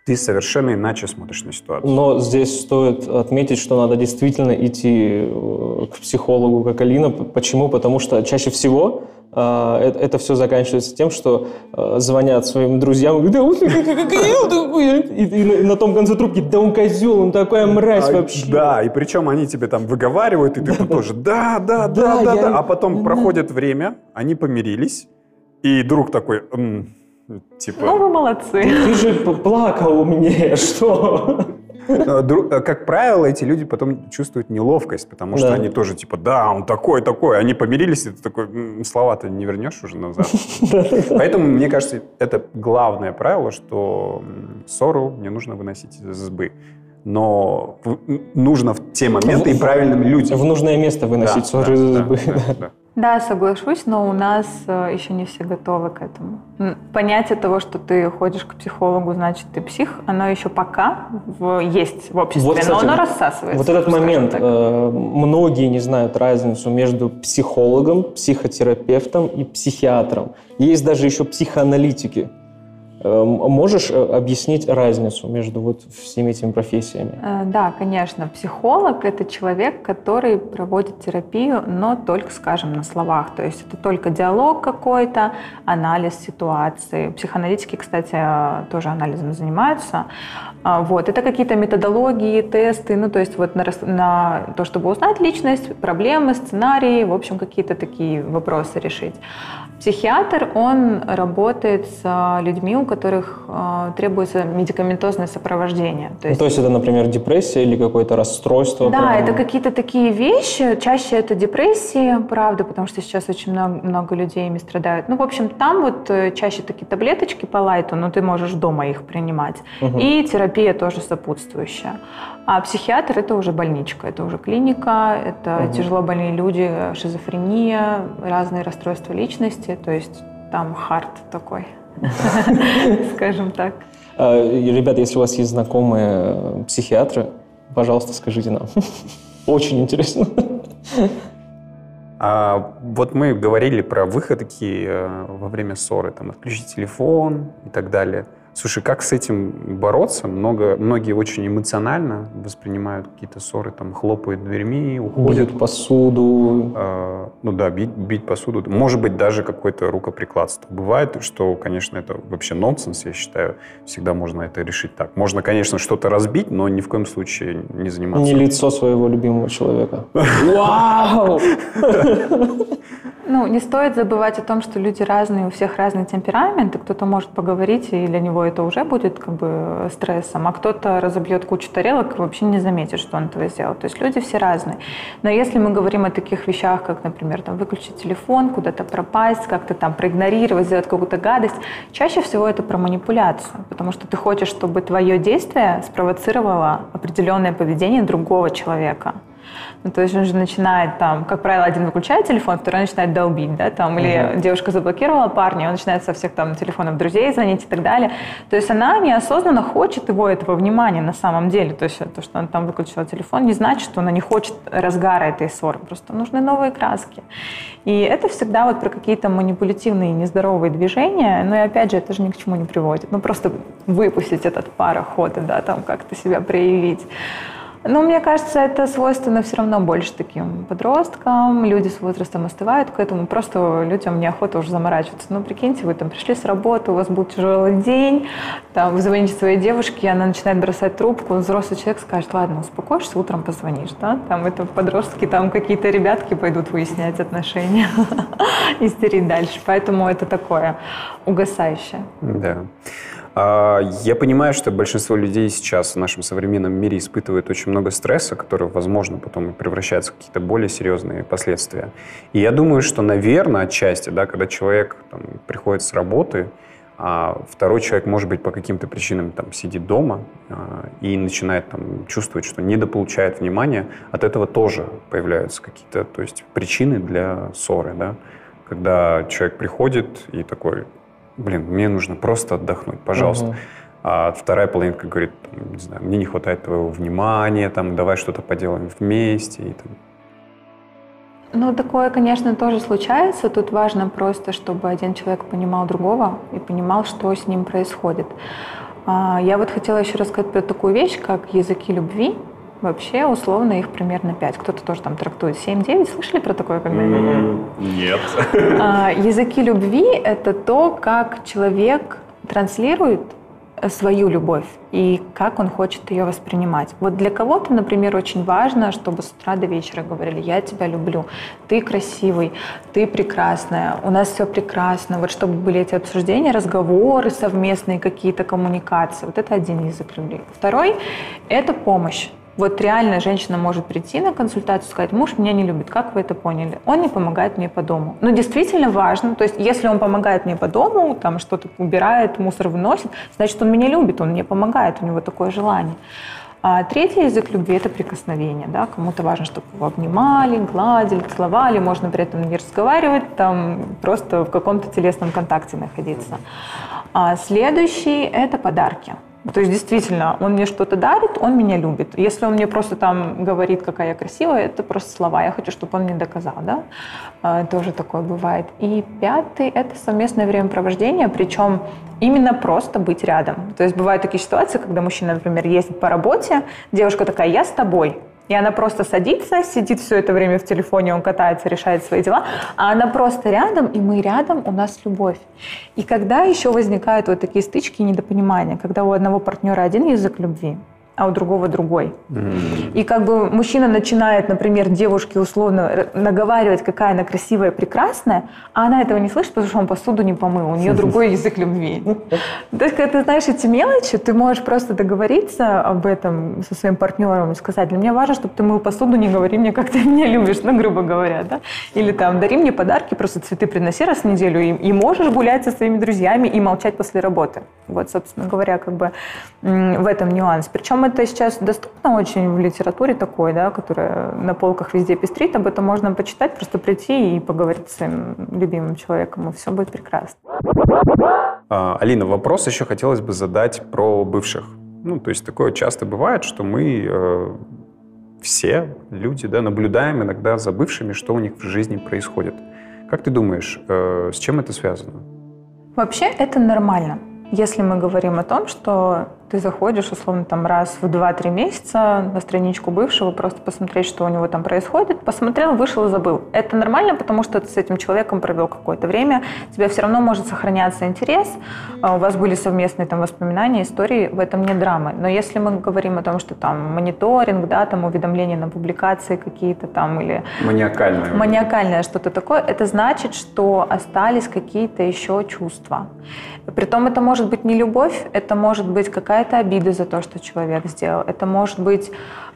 ты совершенно иначе смотришь на ситуацию. Но здесь стоит отметить, что надо действительно идти к психологу, как Алина. Почему? Потому что чаще всего э, это, это все заканчивается тем, что э, звонят своим друзьям и говорят, да он такой, и, и на том конце трубки, да он козел, он такая мразь вообще. Да, и причем они тебе там выговаривают, и ты тоже, да, да, да, да, да. А потом проходит время, они помирились, и друг такой... Типа, ну, вы молодцы. Ты же плакал мне, что? Как правило, эти люди потом чувствуют неловкость, потому что да. они тоже типа, да, он такой, такой. Они помирились, и ты такой, слова-то не вернешь уже назад. Поэтому, мне кажется, это главное правило, что ссору не нужно выносить из избы. Но нужно в те моменты и правильным людям. В нужное место выносить да, ссоры да, из избы. Да, да, да. Да, соглашусь, но у нас еще не все готовы к этому. Понятие того, что ты ходишь к психологу, значит, ты псих, оно еще пока в, есть в обществе, вот, кстати, но оно рассасывается. Вот этот момент. Э, многие не знают разницу между психологом, психотерапевтом и психиатром. Есть даже еще психоаналитики. Можешь объяснить разницу между вот всеми этими профессиями? Да, конечно. Психолог – это человек, который проводит терапию, но только, скажем, на словах. То есть это только диалог какой-то, анализ ситуации. Психоаналитики, кстати, тоже анализом занимаются. Вот. Это какие-то методологии, тесты, ну, то есть вот на, на то, чтобы узнать личность, проблемы, сценарии, в общем, какие-то такие вопросы решить. Психиатр, он работает с людьми, у которых э, требуется медикаментозное сопровождение. То есть, ну, то есть это, например, депрессия или какое-то расстройство? Да, прямо... это какие-то такие вещи. Чаще это депрессии, правда, потому что сейчас очень много, много людей ими страдают. Ну, в общем, там вот чаще такие таблеточки по лайту, но ты можешь дома их принимать. Угу. И терапия тоже сопутствующая. А психиатр – это уже больничка, это уже клиника, это угу. тяжело больные люди, шизофрения, разные расстройства личности, то есть там хард такой, скажем так. Ребята, если у вас есть знакомые психиатры, пожалуйста, скажите нам. Очень интересно. А, вот мы говорили про выходки э, во время ссоры, там, отключить телефон и так далее. Слушай, как с этим бороться? Много, многие очень эмоционально воспринимают какие-то ссоры, там, хлопают дверьми, уходят. Бьют посуду. Э, ну да, бить, бить посуду. Может быть, даже какое-то рукоприкладство. Бывает, что, конечно, это вообще нонсенс, я считаю. Всегда можно это решить так. Можно, конечно, что-то разбить, но ни в коем случае не заниматься. Не лицо своего любимого человека. Вау! Ну, не стоит забывать о том, что люди разные, у всех разный темперамент, и кто-то может поговорить, и для него это уже будет как бы стрессом, а кто-то разобьет кучу тарелок и вообще не заметит, что он этого сделал. То есть люди все разные. Но если мы говорим о таких вещах, как, например, там, выключить телефон, куда-то пропасть, как-то там проигнорировать, сделать какую-то гадость, чаще всего это про манипуляцию, потому что ты хочешь, чтобы твое действие спровоцировало определенное поведение другого человека. Ну, то есть он же начинает там, как правило, один выключает телефон, второй начинает долбить, да, там, или uh-huh. девушка заблокировала парня, он начинает со всех там телефонов друзей звонить и так далее. То есть она неосознанно хочет его этого внимания на самом деле. То есть то, что она там выключила телефон, не значит, что она не хочет разгара этой ссоры, просто нужны новые краски. И это всегда вот про какие-то манипулятивные нездоровые движения, но и опять же это же ни к чему не приводит. Ну просто выпустить этот пар охоты, да, там как-то себя проявить. Но мне кажется, это свойственно все равно больше таким подросткам. Люди с возрастом остывают к этому. Просто людям неохота уже заморачиваться. Ну, прикиньте, вы там пришли с работы, у вас был тяжелый день, там, вы звоните своей девушке, она начинает бросать трубку, взрослый человек скажет, ладно, успокоишься, утром позвонишь, да? Там это подростки, там какие-то ребятки пойдут выяснять отношения, истерить дальше. Поэтому это такое угасающее. Да. Я понимаю, что большинство людей сейчас в нашем современном мире испытывает очень много стресса, который, возможно, потом превращается в какие-то более серьезные последствия. И я думаю, что, наверное, отчасти, да, когда человек там, приходит с работы, а второй человек, может быть, по каким-то причинам там, сидит дома а, и начинает там, чувствовать, что недополучает внимания, от этого тоже появляются какие-то, то есть, причины для ссоры, да? Когда человек приходит и такой... Блин, мне нужно просто отдохнуть, пожалуйста. Uh-huh. А вторая половинка говорит, там, не знаю, мне не хватает твоего внимания, там, давай что-то поделаем вместе. И, там. Ну, такое, конечно, тоже случается. Тут важно просто, чтобы один человек понимал другого и понимал, что с ним происходит. Я вот хотела еще рассказать про такую вещь, как языки любви. Вообще, условно, их примерно пять. Кто-то тоже там трактует семь-девять. Слышали про такое когда-нибудь? Нет. Языки любви – это то, как человек транслирует свою любовь и как он хочет ее воспринимать. Вот для кого-то, например, очень важно, чтобы с утра до вечера говорили: «Я тебя люблю, ты красивый, ты прекрасная, у нас все прекрасно». Вот чтобы были эти обсуждения, разговоры совместные, какие-то коммуникации. Вот это один язык любви. Второй – это помощь. Вот реально женщина может прийти на консультацию и сказать: «Муж меня не любит, как вы это поняли? Он не помогает мне по дому». Ну, действительно важно. То есть, если он помогает мне по дому, там что-то убирает, мусор выносит, значит, он меня любит, он мне помогает, у него такое желание. А третий язык любви – это прикосновение. Да? Кому-то важно, чтобы его обнимали, гладили, целовали. Можно при этом не разговаривать, там, просто в каком-то телесном контакте находиться. А следующий – это подарки. То есть, действительно, он мне что-то дарит, он меня любит. Если он мне просто там говорит, какая я красивая, это просто слова. Я хочу, чтобы он мне доказал, да? А, тоже такое бывает. И пятый – это совместное времяпровождение, причем именно просто быть рядом. То есть, бывают такие ситуации, когда мужчина, например, ездит по работе, девушка такая: «Я с тобой». И она просто садится, сидит все это время в телефоне, он катается, решает свои дела, а она просто рядом, и мы рядом, у нас любовь. И когда еще возникают вот такие стычки и недопонимания, когда у одного партнера один язык любви, а у другого другой. Mm-hmm. И как бы мужчина начинает, например, девушке условно наговаривать, какая она красивая, прекрасная, а она этого не слышит, потому что он посуду не помыл, у нее другой язык любви. То есть, когда ты знаешь эти мелочи, ты можешь просто договориться об этом со своим партнером и сказать: «Для меня важно, чтобы ты мыл посуду, не говори мне, как ты меня любишь», ну, грубо говоря, да. Или там: «Дари мне подарки, просто цветы приноси раз в неделю, и, и можешь гулять со своими друзьями и молчать после работы». Вот, собственно говоря, как бы в этом нюанс. Причем это сейчас доступно очень в литературе такой, да, которая на полках везде пестрит. Об этом можно почитать, просто прийти и поговорить с своим любимым человеком, и все будет прекрасно. А, Алина, вопрос еще хотелось бы задать про бывших. Ну, то есть такое часто бывает, что мы э, все люди, да, наблюдаем иногда за бывшими, что у них в жизни происходит. Как ты думаешь, э, с чем это связано? Вообще это нормально. Если мы говорим о том, что ты заходишь, условно, там раз в два-три месяца на страничку бывшего, просто посмотреть, что у него там происходит, посмотрел, вышел и забыл. Это нормально, потому что ты с этим человеком провел какое-то время, у тебя все равно может сохраняться интерес, у вас были совместные там воспоминания, истории, в этом нет драмы. Но если мы говорим о том, что там мониторинг, да, там уведомления на публикации какие-то там или... Маниакальное. Маниакальное что-то такое, это значит, что остались какие-то еще чувства. Притом это может быть не любовь, это может быть какая-то обида за то, что человек сделал. Это может быть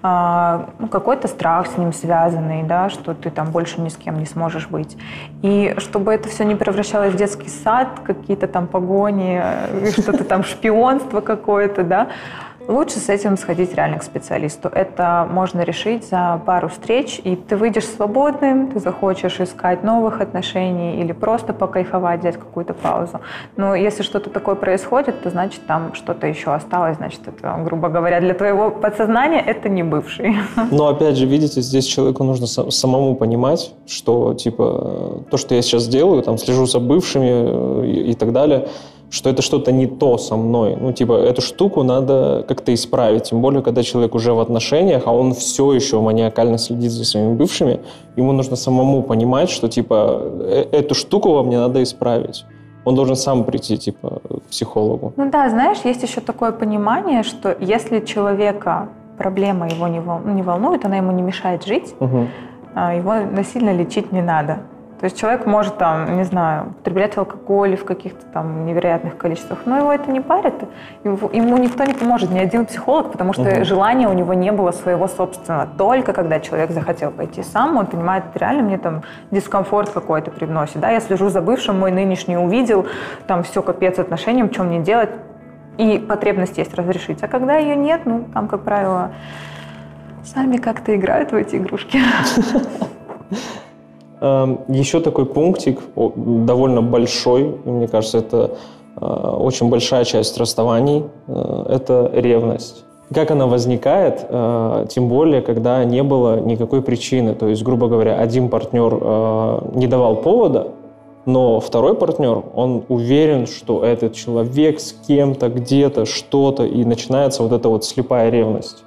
э, ну, какой-то страх с ним связанный, да, что ты там больше ни с кем не сможешь быть. И чтобы это все не превращалось в детский сад, какие-то там погони, что-то там шпионство какое-то, да, лучше с этим сходить реально к специалисту. Это можно решить за пару встреч, и ты выйдешь свободным, ты захочешь искать новых отношений или просто покайфовать, взять какую-то паузу. Но если что-то такое происходит, то значит там что-то еще осталось, значит это, грубо говоря, для твоего подсознания это не бывший. Но опять же, видите, здесь человеку нужно самому понимать, что типа то, что я сейчас делаю, там слежу за бывшими и, и так далее, что это что-то не то со мной. Ну, типа, эту штуку надо как-то исправить. Тем более, когда человек уже в отношениях, а он все еще маниакально следит за своими бывшими, ему нужно самому понимать, что, типа, эту штуку вам мне надо исправить. Он должен сам прийти, типа, к психологу. Ну да, знаешь, есть еще такое понимание, что если человека проблема его не, вол... не волнует, она ему не мешает жить, угу. его насильно лечить не надо. То есть человек может, там, не знаю, употреблять алкоголь в каких-то там невероятных количествах, но его это не парит. Его, ему никто не поможет, ни один психолог, потому что uh-huh. желания у него не было своего собственного. Только когда человек захотел пойти сам, он понимает, реально мне там дискомфорт какой-то привносит. Да? Я слежу за бывшим, мой нынешний увидел, там все капец отношениям, что мне делать. И потребность есть разрешить. А когда ее нет, ну, там, как правило, сами как-то играют в эти игрушки. Еще такой пунктик, довольно большой, мне кажется, это очень большая часть расставаний, это ревность. Как она возникает, тем более, когда не было никакой причины. То есть, грубо говоря, один партнер не давал повода, но второй партнер, он уверен, что этот человек с кем-то, где-то, что-то, и начинается вот эта вот слепая ревность.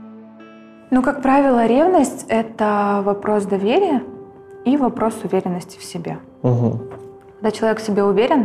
Ну, как правило, ревность – это вопрос доверия и вопрос уверенности в себе. Угу. Когда человек в себе уверен,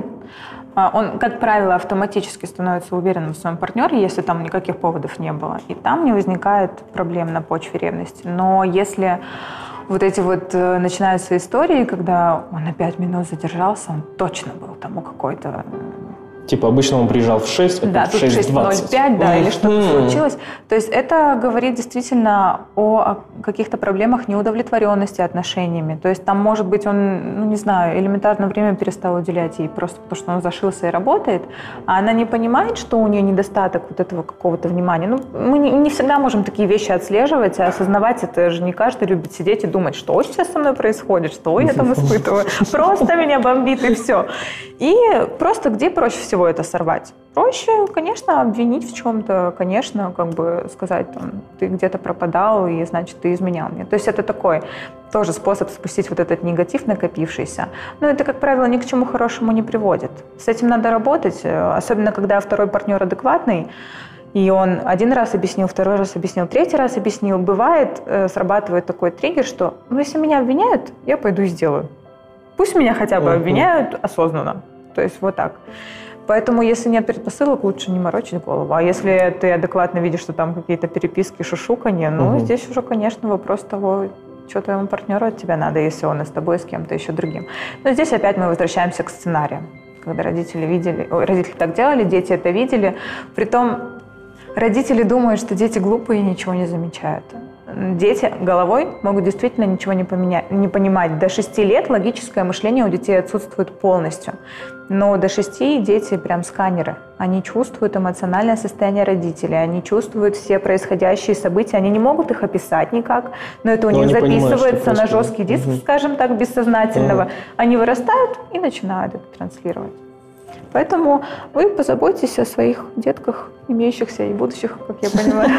он, как правило, автоматически становится уверенным в своем партнере, если там никаких поводов не было. И там не возникает проблем на почве ревности. Но если вот эти вот начинаются истории, когда он на пять минут задержался, он точно был там у какой-то... Типа обычно он приезжал в шесть, а да, тут в шесть двадцать. ноль пять, да, или что-то случилось. То есть это говорит действительно о каких-то проблемах неудовлетворенности отношениями. То есть там, может быть, он, ну не знаю, элементарно время перестал уделять ей просто потому, что он зашился и работает, а она не понимает, что у нее недостаток вот этого какого-то внимания. Ну, мы не, не всегда можем такие вещи отслеживать, а осознавать это же не каждый любит сидеть и думать, что сейчас со мной происходит, что я там испытываю. Просто меня бомбит и все. И просто где проще всего это сорвать? Проще, конечно, обвинить в чем-то, конечно, как бы сказать, там, ты где-то пропадал, и значит, ты изменял мне. То есть это такой тоже способ спустить вот этот негатив накопившийся. Но это, как правило, ни к чему хорошему не приводит. С этим надо работать, особенно когда второй партнер адекватный, и он один раз объяснил, второй раз объяснил, третий раз объяснил. Бывает, срабатывает такой триггер, что ну, если меня обвиняют, я пойду и сделаю. Пусть меня хотя бы обвиняют осознанно. То есть вот так. Поэтому, если нет предпосылок, лучше не морочить голову. А если ты адекватно видишь, что там какие-то переписки, шушуканье, ну, угу. здесь уже, конечно, вопрос того, что твоему партнеру от тебя надо, если он и с тобой, и с кем-то еще другим. Но здесь опять мы возвращаемся к сценариям. Когда родители видели, ой, родители так делали, дети это видели. Притом родители думают, что дети глупые и ничего не замечают. Дети головой могут действительно ничего не, поменять, не понимать. До шести лет логическое мышление у детей отсутствует полностью. Но до шести дети прям сканеры. Они чувствуют эмоциональное состояние родителей, они чувствуют все происходящие события. Они не могут их описать никак, но это у но них записывается понимают, на жесткий диск, угу. скажем так, бессознательного. Угу. Они вырастают и начинают это транслировать. Поэтому вы позаботьтесь о своих детках, имеющихся и будущих, как я понимаю,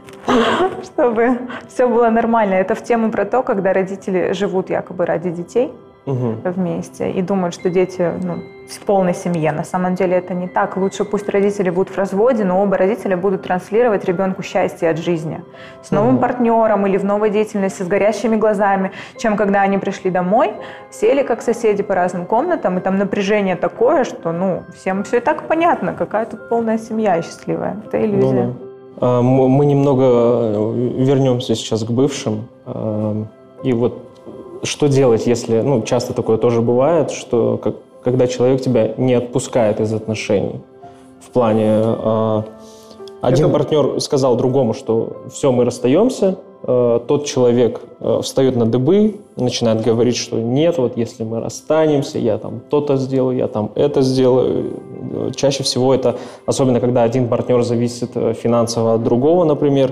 чтобы все было нормально. Это в тему про то, когда родители живут якобы ради детей угу. вместе и думают, что дети ну, в полной семье. На самом деле это не так. Лучше пусть родители будут в разводе, но оба родителя будут транслировать ребенку счастье от жизни. С новым угу. партнером или в новой деятельности, с горящими глазами, чем когда они пришли домой, сели как соседи по разным комнатам, и там напряжение такое, что ну, всем все и так понятно, какая тут полная семья счастливая. Это иллюзия. Ну, мы немного вернемся сейчас к бывшим. И вот что делать, если, ну, часто такое тоже бывает, что как, когда человек тебя не отпускает из отношений. В плане, э, один Это... партнер сказал другому, что все, мы расстаемся, э, тот человек э, встает на дыбы, начинает говорить, что нет, вот если мы расстанемся, я там то-то сделаю, я там это сделаю. Чаще всего это, особенно когда один партнер зависит финансово от другого, например,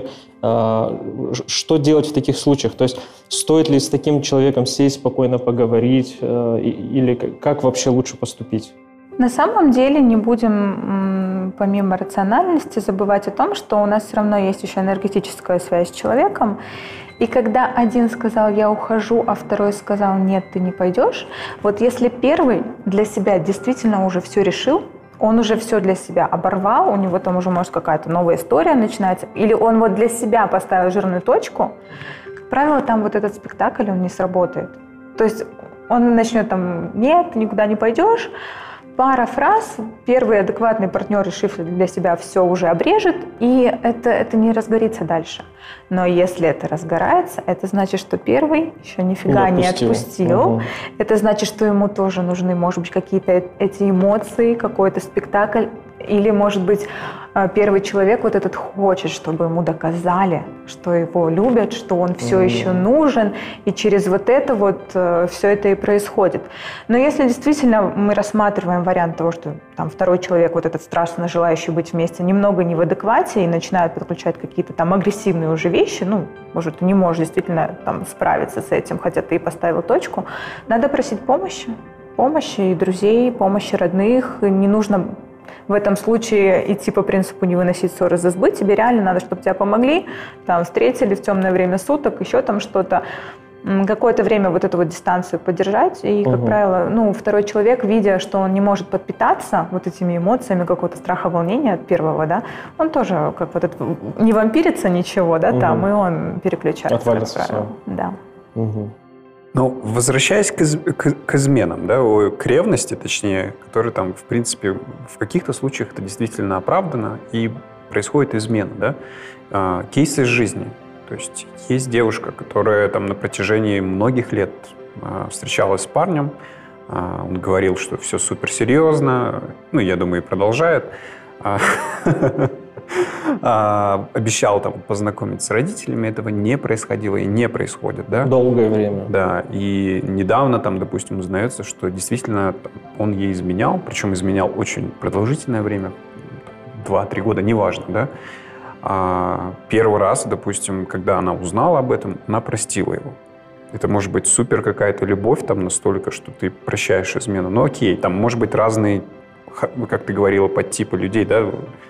что делать в таких случаях? То есть стоит ли с таким человеком сесть, спокойно поговорить, или как вообще лучше поступить? На самом деле не будем, помимо рациональности, забывать о том, что у нас все равно есть еще энергетическая связь с человеком. И когда один сказал «я ухожу», а второй сказал «нет, ты не пойдешь», вот если первый для себя действительно уже все решил, он уже все для себя оборвал, у него там уже, может, какая-то новая история начинается, или он вот для себя поставил жирную точку, как правило, там вот этот спектакль, он не сработает. То есть он начнет там «нет, ты никуда не пойдешь», пара фраз, первый адекватный партнер, решив для себя, все уже обрежет, и это, это не разгорится дальше. Но если это разгорается, это значит, что первый еще нифига не отпустил. Не отпустил. Угу. Это значит, что ему тоже нужны, может быть, какие-то эти эмоции, какой-то спектакль. Или, может быть, первый человек вот этот хочет, чтобы ему доказали, что его любят, что он все mm. еще нужен, и через вот это вот все это и происходит. Но если действительно мы рассматриваем вариант того, что там второй человек, вот этот страстно желающий быть вместе, немного не в адеквате и начинает подключать какие-то там агрессивные уже вещи, ну, может, ты не можешь действительно там справиться с этим, хотя ты и поставил точку, надо просить помощи, помощи и друзей, помощи родных, не нужно в этом случае идти по принципу не выносить ссоры из избы. Тебе реально надо, чтобы тебя помогли, там, встретили в темное время суток, еще там что-то. какое-то время вот эту вот дистанцию поддержать. И, как угу. правило, ну, второй человек, видя, что он не может подпитаться вот этими эмоциями какого-то страха, волнения от первого, да, он тоже как вот это, не вампирится ничего, да, угу. там, и он переключается. Отвалится все. Да. Угу. Ну, возвращаясь к, из, к, к изменам, да, к ревности, точнее, которая там, в принципе, в каких-то случаях это действительно оправдано, и происходит измена, да, а, кейсы из жизни. То есть есть девушка, которая там на протяжении многих лет а, встречалась с парнем, а, он говорил, что все суперсерьезно, ну, я думаю, и продолжает. А, обещал там познакомиться с родителями, этого не происходило и не происходит, да? Долгое время. Да, и недавно там, допустим, узнается, что действительно там, он ей изменял, причем изменял очень продолжительное время, два-три года, неважно, да? А первый раз, допустим, когда она узнала об этом, она простила его. Это может быть супер какая-то любовь там настолько, что ты прощаешь измену. Ну окей, там может быть разные, как ты говорила, подтипы людей, да?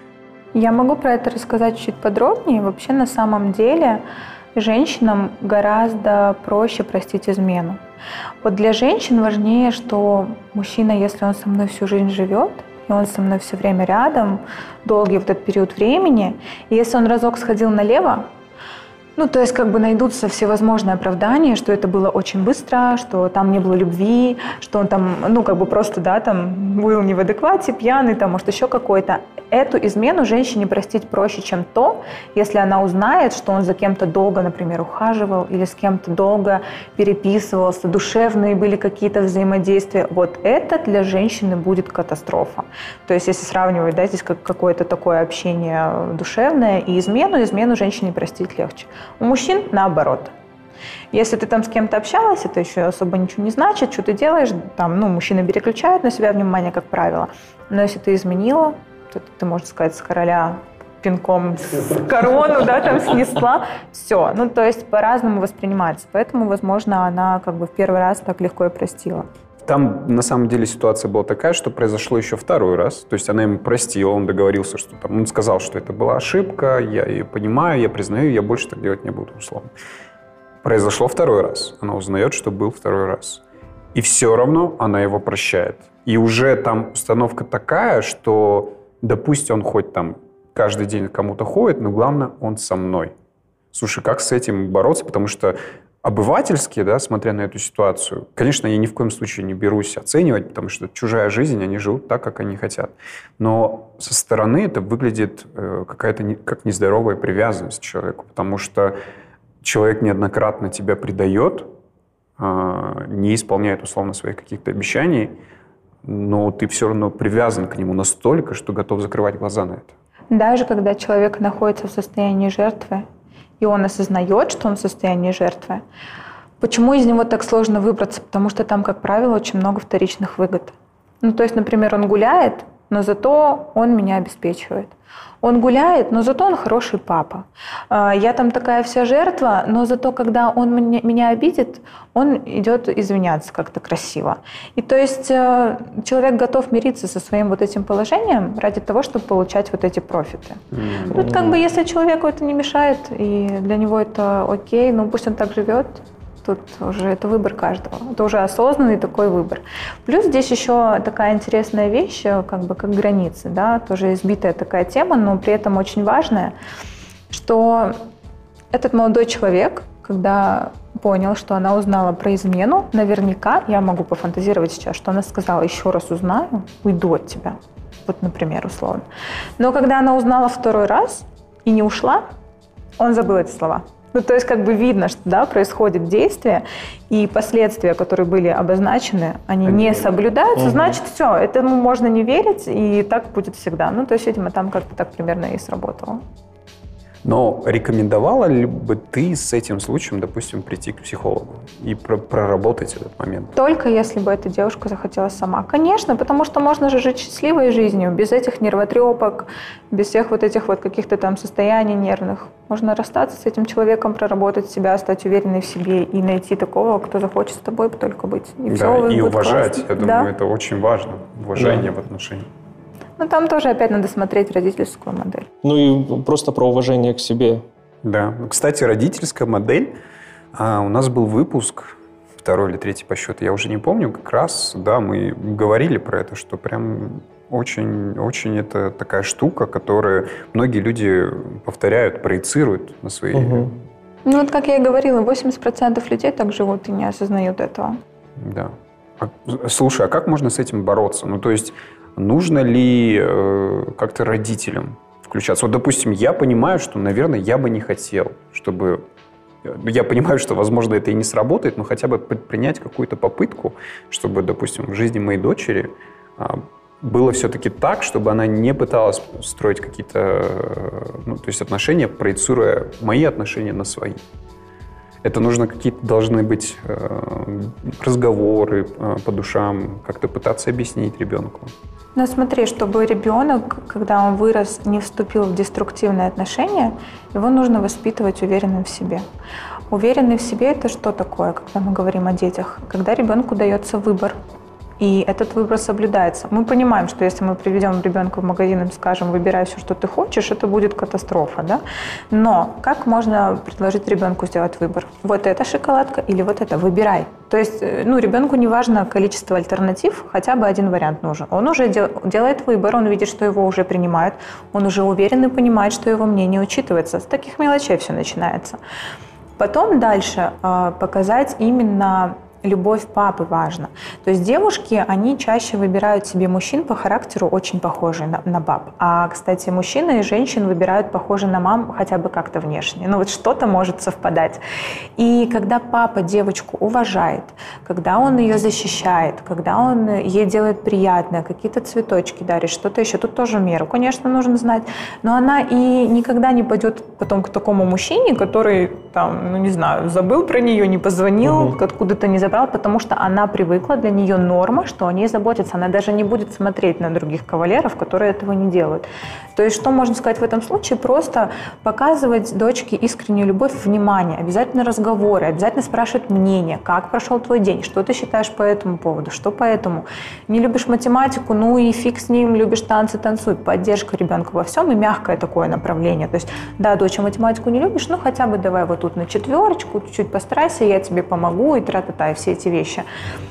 Я могу про это рассказать чуть подробнее. Вообще, на самом деле, женщинам гораздо проще простить измену. Вот для женщин важнее, что мужчина, если он со мной всю жизнь живет, и он со мной все время рядом, долгий вот этот период времени, и если он разок сходил налево, ну, то есть как бы найдутся всевозможные оправдания, что это было очень быстро, что там не было любви, что он там, ну, как бы просто, да, там был не в адеквате, пьяный, там, может, еще какой-то. Эту измену женщине простить проще, чем то, если она узнает, что он за кем-то долго, например, ухаживал или с кем-то долго переписывался, душевные были какие-то взаимодействия. Вот это для женщины будет катастрофа. То есть если сравнивать, да, здесь как какое-то такое общение душевное и измену, измену женщине простить легче. У мужчин наоборот. Если ты там с кем-то общалась, это еще особо ничего не значит, что ты делаешь, там, ну, мужчины переключают на себя внимание, как правило. Но если ты изменила, то ты, можно сказать, с короля пинком с корону, да, там снесла, все. Ну, то есть по-разному воспринимается. Поэтому, возможно, она как бы в первый раз так легко и простила. Там, на самом деле, ситуация была такая, что произошло еще второй раз. То есть она ему простила, он договорился, что там, он сказал, что это была ошибка, я ее понимаю, я признаю, я больше так делать не буду, условно. Произошло второй раз. Она узнает, что был второй раз. И все равно она его прощает. И уже там установка такая, что, допустим, он хоть там каждый день кому-то ходит, но главное, он со мной. Слушай, как с этим бороться? Потому что обывательски, да, смотря на эту ситуацию, конечно, я ни в коем случае не берусь оценивать, потому что это чужая жизнь, они живут так, как они хотят. Но со стороны это выглядит э, какая-то не, как нездоровая привязанность к человеку, потому что человек неоднократно тебя предает, э, не исполняет условно своих каких-то обещаний, но ты все равно привязан к нему настолько, что готов закрывать глаза на это. Даже когда человек находится в состоянии жертвы, и он осознает, что он в состоянии жертвы, почему из него так сложно выбраться? Потому что там, как правило, очень много вторичных выгод. Ну, то есть, например, он гуляет, но зато он меня обеспечивает. Он гуляет, но зато он хороший папа. Я там такая вся жертва, но зато, когда он меня обидит, он идет извиняться как-то красиво. И то есть человек готов мириться со своим вот этим положением ради того, чтобы получать вот эти профиты. Mm-hmm. Тут как бы если человеку это не мешает, и для него это окей, ну пусть он так живет. Тут уже это выбор каждого. Это уже осознанный такой выбор. Плюс здесь еще такая интересная вещь, как бы как границы, да, тоже избитая такая тема, но при этом очень важная, что этот молодой человек, когда понял, что она узнала про измену, наверняка, я могу пофантазировать сейчас, что она сказала: еще раз узнаю, уйду от тебя. Вот, например, условно. Но когда она узнала второй раз и не ушла, он забыл эти слова. Ну, то есть как бы видно, что, да, происходит действие, и последствия, которые были обозначены, они, они не соблюдаются, угу. Значит, все, этому можно не верить, и так будет всегда. Ну, то есть, видимо, там как-то так примерно и сработало. Но рекомендовала ли бы ты с этим случаем, допустим, прийти к психологу и про- проработать этот момент? Только если бы эта девушка захотела сама. Конечно, потому что можно же жить счастливой жизнью, без этих нервотрепок, без всех вот этих вот каких-то там состояний нервных. Можно расстаться с этим человеком, проработать себя, стать уверенной в себе и найти такого, кто захочет с тобой только быть. И да, все, и уважать. классно. Я думаю, да. Это очень важно. Уважение да. в отношениях. Ну, там тоже опять надо смотреть родительскую модель. Ну и просто про уважение к себе. Да. Кстати, родительская модель А у нас был выпуск, второй или третий по счету, я уже не помню, как раз, да, мы говорили про это, что прям очень, очень это такая штука, которую многие люди повторяют, проецируют на свои... Угу. Ну вот, как я и говорила, восемьдесят процентов людей так живут и не осознают этого. Да. А, слушай, а как можно с этим бороться? Ну, то есть, нужно ли э, как-то родителям включаться? Вот, допустим, я понимаю, что, наверное, я бы не хотел, чтобы... Я понимаю, что, возможно, это и не сработает, но хотя бы предпринять какую-то попытку, чтобы, допустим, в жизни моей дочери а, было все-таки так, чтобы она не пыталась строить какие-то, ну, то есть отношения, проецируя мои отношения на свои. Это нужно какие-то должны быть э, разговоры э, по душам, как-то пытаться объяснить ребенку. Но смотри, чтобы ребенок, когда он вырос, не вступил в деструктивные отношения, его нужно воспитывать уверенным в себе. Уверенный в себе – это что такое, когда мы говорим о детях? Когда ребенку дается выбор, и этот выбор соблюдается. Мы понимаем, что если мы приведем ребенка в магазин и скажем, выбирай все, что ты хочешь, это будет катастрофа, да? Но как можно предложить ребенку сделать выбор? Вот эта шоколадка или вот это? Выбирай. То есть, ну, ребенку не важно количество альтернатив, хотя бы один вариант нужен. Он уже дел, делает выбор, он видит, что его уже принимают, он уже уверен и понимает, что его мнение учитывается. С таких мелочей все начинается. Потом дальше э, показать именно... Любовь папы важна. То есть девушки, они чаще выбирают себе мужчин по характеру очень похожих на, на пап. А, кстати, мужчины и женщин выбирают похожих на мам хотя бы как-то внешне. Ну вот что-то может совпадать. И когда папа девочку уважает, когда он ее защищает, когда он ей делает приятное, какие-то цветочки дарит, что-то еще, тут тоже меру, конечно, нужно знать. Но она и никогда не пойдет потом к такому мужчине, который, там, ну не знаю, забыл про нее, не позвонил, угу. откуда-то не забрал, потому что она привыкла, для нее норма, что о ней заботятся. Она даже не будет смотреть на других кавалеров, которые этого не делают. То есть, что можно сказать в этом случае? Просто показывать дочке искреннюю любовь, внимание, обязательно разговоры, обязательно спрашивать мнение, как прошел твой день, что ты считаешь по этому поводу, что по этому. Не любишь математику, ну и фиг с ним, любишь танцы, танцуй. Поддержка ребенка во всем и мягкое такое направление. То есть, да, доча, математику не любишь, ну хотя бы давай вот тут на четверочку, чуть-чуть постарайся, я тебе помогу, и тра-та-та, и все эти вещи.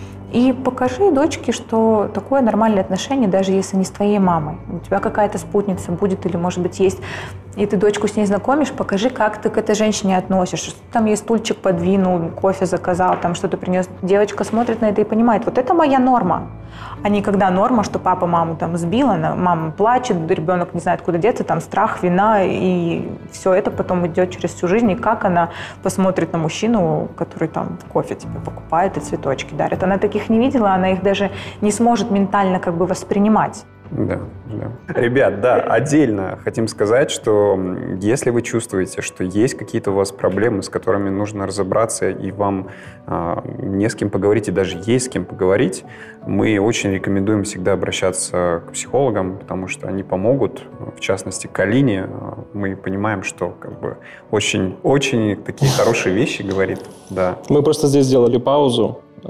И покажи дочке, что такое нормальное отношение, даже если не с твоей мамой. У тебя какая-то спутница будет или, может быть, есть, и ты дочку с ней знакомишь, покажи, как ты к этой женщине относишься. Что там ей стульчик подвинул, кофе заказал, там что-то принес. Девочка смотрит на это и понимает, вот это моя норма. А не когда норма, что папа маму там сбила, мама плачет, ребенок не знает, куда деться, там страх, вина, и все это потом идет через всю жизнь. И как она посмотрит на мужчину, который там кофе тебе покупает и цветочки дарит. Она таких не видела, она их даже не сможет ментально как бы воспринимать. Да, да. Ребят, да, отдельно хотим сказать, что если вы чувствуете, что есть какие-то у вас проблемы, с которыми нужно разобраться, и вам э, не с кем поговорить, и даже есть с кем поговорить, мы очень рекомендуем всегда обращаться к психологам, потому что они помогут, в частности, к Алине. Мы понимаем, что как бы очень, очень такие хорошие вещи говорит. Да. Мы просто здесь сделали паузу, э,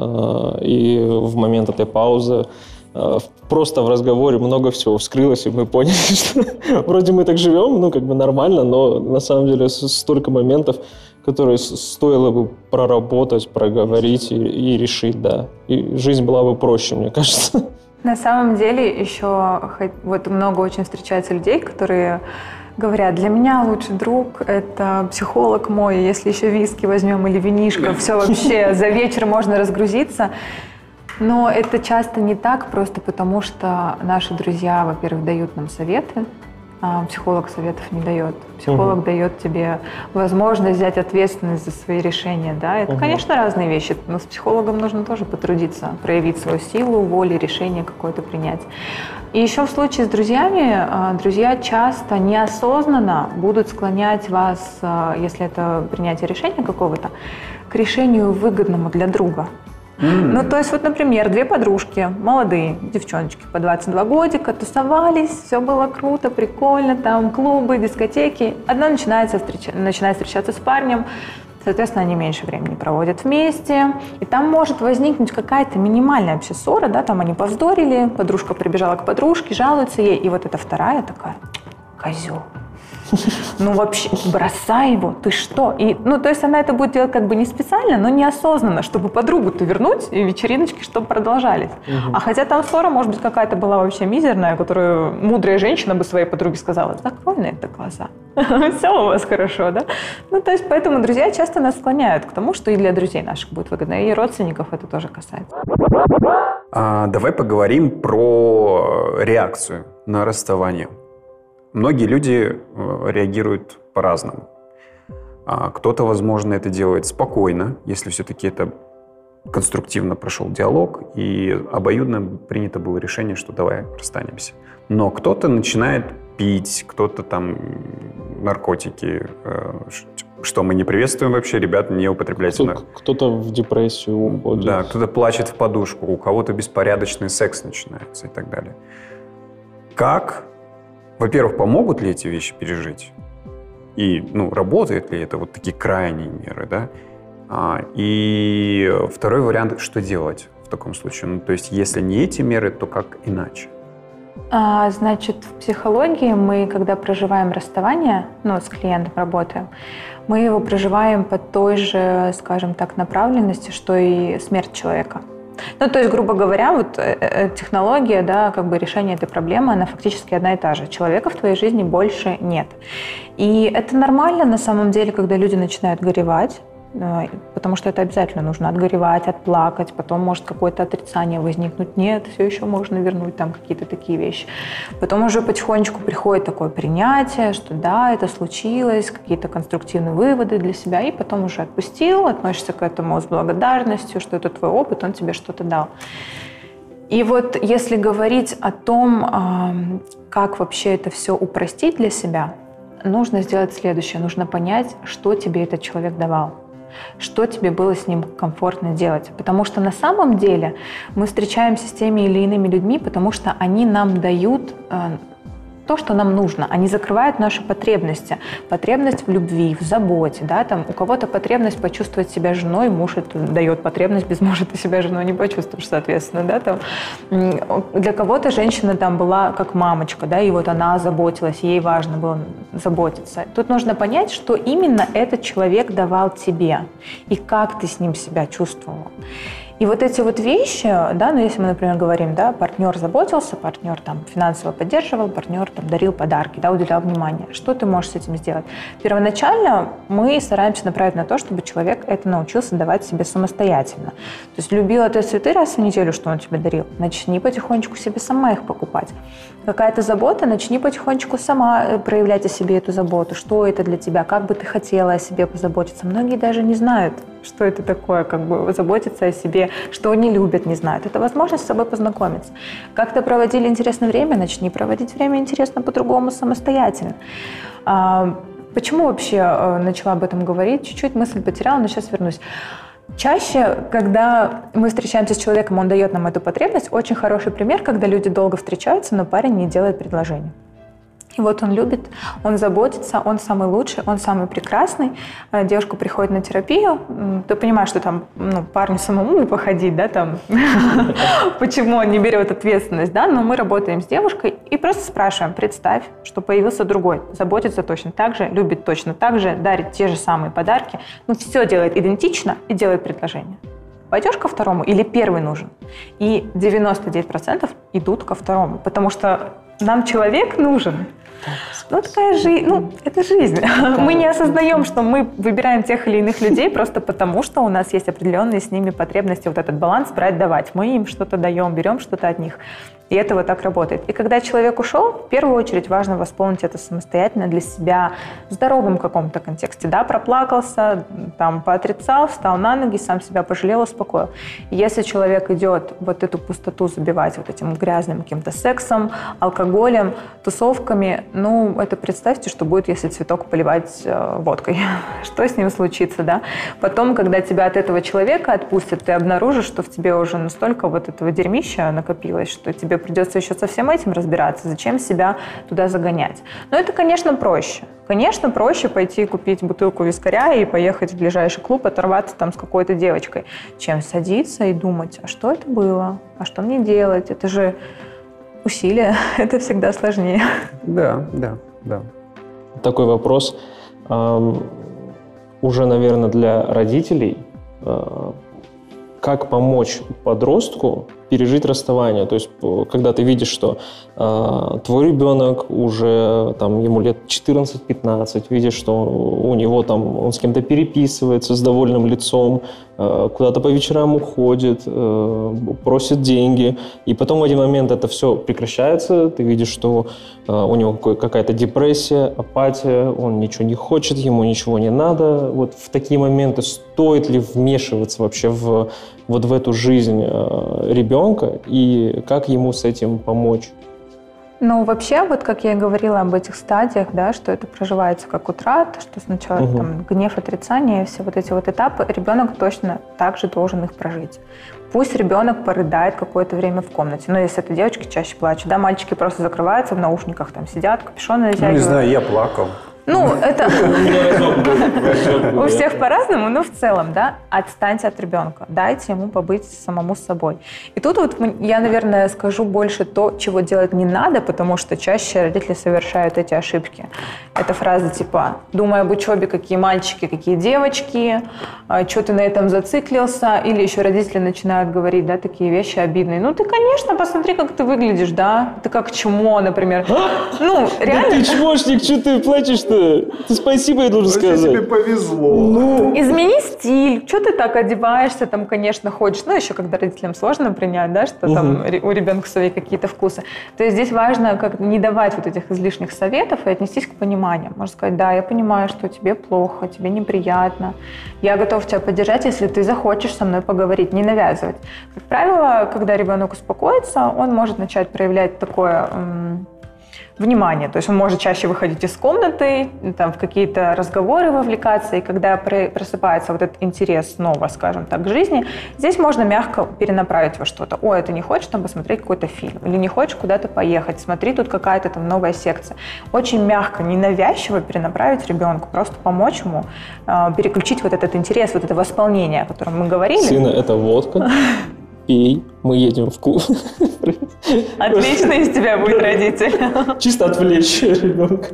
и в момент этой паузы просто в разговоре много всего вскрылось, и мы поняли, что вроде мы так живем, ну, как бы нормально, но на самом деле столько моментов, которые стоило бы проработать, проговорить и, и решить, да. И жизнь была бы проще, мне кажется. На самом деле еще вот много очень встречается людей, которые говорят, для меня лучший друг – это психолог мой, если еще виски возьмем или винишко, все вообще, за вечер можно разгрузиться. Но это часто не так, просто потому что наши друзья, во-первых, дают нам советы, а психолог советов не дает. Психолог угу. дает тебе возможность взять ответственность за свои решения. Да? Это, угу. конечно, разные вещи, но с психологом нужно тоже потрудиться, проявить свою силу, волю, решение какое-то принять. И еще в случае с друзьями, друзья часто неосознанно будут склонять вас, если это принятие решения какого-то, к решению выгодному для друга. Mm. Ну, то есть, вот, например, две подружки, молодые девчоночки по двадцать два годика, тусовались, все было круто, прикольно, там клубы, дискотеки. Одна начинает, встреч... начинает встречаться с парнем, соответственно, они меньше времени проводят вместе, и там может возникнуть какая-то минимальная вообще ссора, да, там они повздорили, подружка прибежала к подружке, жалуется ей, и вот эта вторая такая, козел. Ну вообще, бросай его, ты что? И, ну, то есть она это будет делать как бы не специально, но неосознанно, чтобы подругу-то вернуть, и вечериночки, чтобы продолжались. Угу. А хотя там ссора, может быть, какая-то была вообще мизерная, которую мудрая женщина бы своей подруге сказала: закрой на это глаза, все у вас хорошо, да? Ну, то есть поэтому друзья часто нас склоняют к тому, что и для друзей наших будет выгодно, и родственников это тоже касается. А, давай поговорим про реакцию на расставание. Многие люди реагируют по-разному. Кто-то, возможно, это делает спокойно, если все-таки это конструктивно прошел диалог, и обоюдно принято было решение, что давай расстанемся. Но кто-то начинает пить, кто-то там наркотики, что мы не приветствуем вообще, ребят, не употребляйте. Кто- кто-то в депрессию уходит. Да, кто-то плачет в подушку, у кого-то беспорядочный секс начинается и так далее. Как... Во-первых, помогут ли эти вещи пережить? И, ну, работает ли это, вот такие крайние меры, да? А, и второй вариант, что делать в таком случае? Ну, то есть, если не эти меры, то как иначе? А, значит, в психологии мы, когда проживаем расставание, ну, с клиентом работаем, мы его проживаем по той же, скажем так, направленности, что и смерть человека. Ну, то есть, грубо говоря, вот технология, да, как бы решение этой проблемы, она фактически одна и та же. Человека в твоей жизни больше нет. И это нормально, на самом деле, когда люди начинают горевать, потому что это обязательно нужно отгоревать, отплакать, потом может какое-то отрицание возникнуть. Нет, все еще можно вернуть, там какие-то такие вещи. Потом уже потихонечку приходит такое принятие, что да, это случилось, какие-то конструктивные выводы для себя, и потом уже отпустил, относишься к этому с благодарностью, что это твой опыт, он тебе что-то дал. И вот если говорить о том, как вообще это все упростить для себя, нужно сделать следующее. Нужно понять, что тебе этот человек давал. Что тебе было с ним комфортно делать. Потому что на самом деле мы встречаемся с теми или иными людьми, потому что они нам дают э, то, что нам нужно. Они закрывают наши потребности. Потребность в любви, в заботе. Да? Там, у кого-то потребность почувствовать себя женой, муж это дает потребность, без мужа ты себя женой не почувствуешь, соответственно. Да? Там, для кого-то женщина там была как мамочка, да? И вот она заботилась, ей важно было заботиться. Тут нужно понять, что именно этот человек давал тебе и как ты с ним себя чувствовал. И вот эти вот вещи, да, ну если мы, например, говорим, да, партнер заботился, партнер там финансово поддерживал, партнер там дарил подарки, да, уделял внимание. Что ты можешь с этим сделать? Первоначально мы стараемся направить на то, чтобы человек это научился давать себе самостоятельно. То есть любила ты цветы раз в неделю, что он тебе дарил, начни потихонечку себе сама их покупать. Какая-то забота, начни потихонечку сама проявлять о себе эту заботу. Что это для тебя? Как бы ты хотела о себе позаботиться? Многие даже не знают, что это такое, как бы заботиться о себе, что они любят, не знают. Это возможность с собой познакомиться. Как-то проводили интересное время, начни проводить время интересно по-другому, самостоятельно. Почему вообще начала об этом говорить? Чуть-чуть мысль потеряла, но сейчас вернусь. Чаще, когда мы встречаемся с человеком, он дает нам эту потребность. Очень хороший пример, когда люди долго встречаются, но парень не делает предложение. И вот он любит, он заботится, он самый лучший, он самый прекрасный. Девушка приходит на терапию, ты понимаешь, что там ну, парню самому не походить, да, там, почему он не берет ответственность, да, но мы работаем с девушкой и просто спрашиваем, представь, что появился другой, заботится точно так же, любит точно так же, дарит те же самые подарки, ну, все делает идентично и делает предложение. Пойдешь ко второму или первый нужен? И девяносто девять процентов идут ко второму, потому что нам человек нужен. Ну, такая жизнь, ну, это жизнь. Мы не осознаем, что мы выбираем тех или иных людей просто потому, что у нас есть определенные с ними потребности, вот этот баланс брать-давать. Мы им что-то даем, берем что-то от них. И это вот так работает. И когда человек ушел, в первую очередь важно восполнить это самостоятельно для себя в здоровом каком-то контексте. Да, проплакался, там, поотрицал, встал на ноги, сам себя пожалел, успокоил. И если человек идет вот эту пустоту забивать вот этим грязным каким-то сексом, алкоголем, тусовками, ну, это представьте, что будет, если цветок поливать э, водкой. Что с ним случится, да? Потом, когда тебя от этого человека отпустят, ты обнаружишь, что в тебе уже настолько вот этого дерьмища накопилось, что тебе придется еще со всем этим разбираться. Зачем себя туда загонять? Но это, конечно, проще. Конечно, проще пойти купить бутылку вискаря и поехать в ближайший клуб, оторваться там с какой-то девочкой, чем садиться и думать, а что это было? А что мне делать? Это же усилия, это всегда сложнее. Да, да, да. такой вопрос. Уже, наверное, для родителей. Как помочь подростку пережить расставание? То есть, когда ты видишь, что э, твой ребенок уже, там, ему лет четырнадцать-пятнадцать, видишь, что у него там, он с кем-то переписывается с довольным лицом, э, куда-то по вечерам уходит, э, просит деньги, и потом в один момент это все прекращается, ты видишь, что э, у него какая-то депрессия, апатия, он ничего не хочет, ему ничего не надо. Вот в такие моменты стоит ли вмешиваться вообще в, вот в эту жизнь э, ребенка, и как ему с этим помочь? Ну, вообще, вот как я и говорила об этих стадиях, да, что это проживается как утрата, что сначала угу. там гнев, отрицание, все вот эти вот этапы, ребенок точно так же должен их прожить. Пусть ребенок порыдает какое-то время в комнате. Но если это девочки, чаще плачут. Да, мальчики просто закрываются в наушниках, там сидят, капюшоны натягивают. Ну, не знаю, я плакал. Ну, это у всех по-разному, но в целом, да, отстаньте от ребенка, дайте ему побыть самому собой. И тут вот я, наверное, скажу больше то, чего делать не надо, потому что чаще родители совершают эти ошибки. Это фраза типа «думай об учебе, какие мальчики, какие девочки», «что ты на этом зациклился», или еще родители начинают говорить, да, такие вещи обидные. Ну, ты, конечно, посмотри, как ты выглядишь, да, ты как чмо, например. Ну, реально. Да ты чмошник, что ты плачешь-то? Ты спасибо, я должен сказать. Тебе повезло. Ну, измени стиль. Что ты так одеваешься, там, конечно, хочешь. Ну, еще когда родителям сложно принять, да, что угу. там у ребенка свои какие-то вкусы. То есть здесь важно как не давать вот этих излишних советов и отнестись к пониманию. Можно сказать, да, я понимаю, что тебе плохо, тебе неприятно. Я готов тебя поддержать, если ты захочешь со мной поговорить, не навязывать. Как правило, когда ребенок успокоится, он может начать проявлять такое... М- внимание. То есть он может чаще выходить из комнаты, там, в какие-то разговоры вовлекаться, и когда просыпается вот этот интерес снова, скажем так, к жизни, здесь можно мягко перенаправить во что-то. Ой, ты не хочешь там посмотреть какой-то фильм? Или не хочешь куда-то поехать? Смотри, тут какая-то там новая секция. Очень мягко, ненавязчиво перенаправить ребенку, просто помочь ему э, переключить вот этот интерес, вот это восполнение, о котором мы говорили. Сына, это водка. Пей, мы едем в клуб. Отлично из тебя будет родитель. Чисто отвлечь ребенка.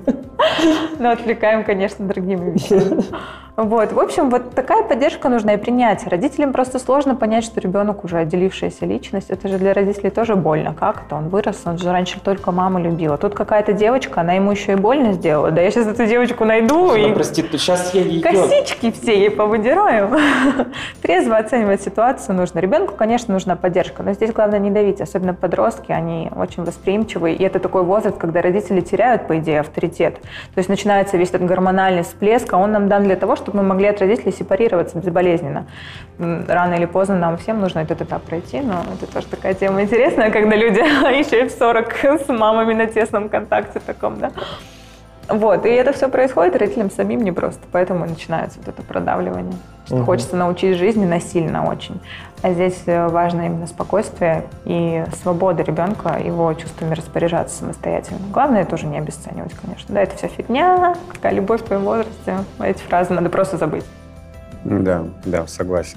Но отвлекаем, конечно, другими вещами. Вот. В общем, вот такая поддержка нужна и принятие. Родителям просто сложно понять, что ребенок уже отделившаяся личность. Это же для родителей тоже больно. Как это? Он вырос, он же раньше только маму любила. Тут какая-то девочка, она ему еще и больно сделала. Да я сейчас эту девочку найду и... Прости, сейчас я ее... Косички все ей повыдираю. Трезво оценивать ситуацию нужно. Ребенку, конечно, нужна поддержка, но здесь главное не давить. Особенно подростки, они очень восприимчивые. И это такой возраст, когда родители теряют, по идее, авторитет. То есть начинается весь этот гормональный всплеск, а он нам дан для того, чтобы мы могли от родителей сепарироваться безболезненно. Рано или поздно нам всем нужно этот этап пройти, но это тоже такая тема интересная, когда люди еще и в сорок с мамами на тесном контакте таком, да. Вот, и это все происходит родителям самим непросто, поэтому начинается вот это продавливание. Угу. Хочется научить жизни насильно очень. А здесь важно именно спокойствие и свобода ребенка, его чувствами распоряжаться самостоятельно. Главное тоже не обесценивать, конечно. Да, это вся фигня, какая любовь в твоем возрасте. Эти фразы надо просто забыть. Да, да, согласен.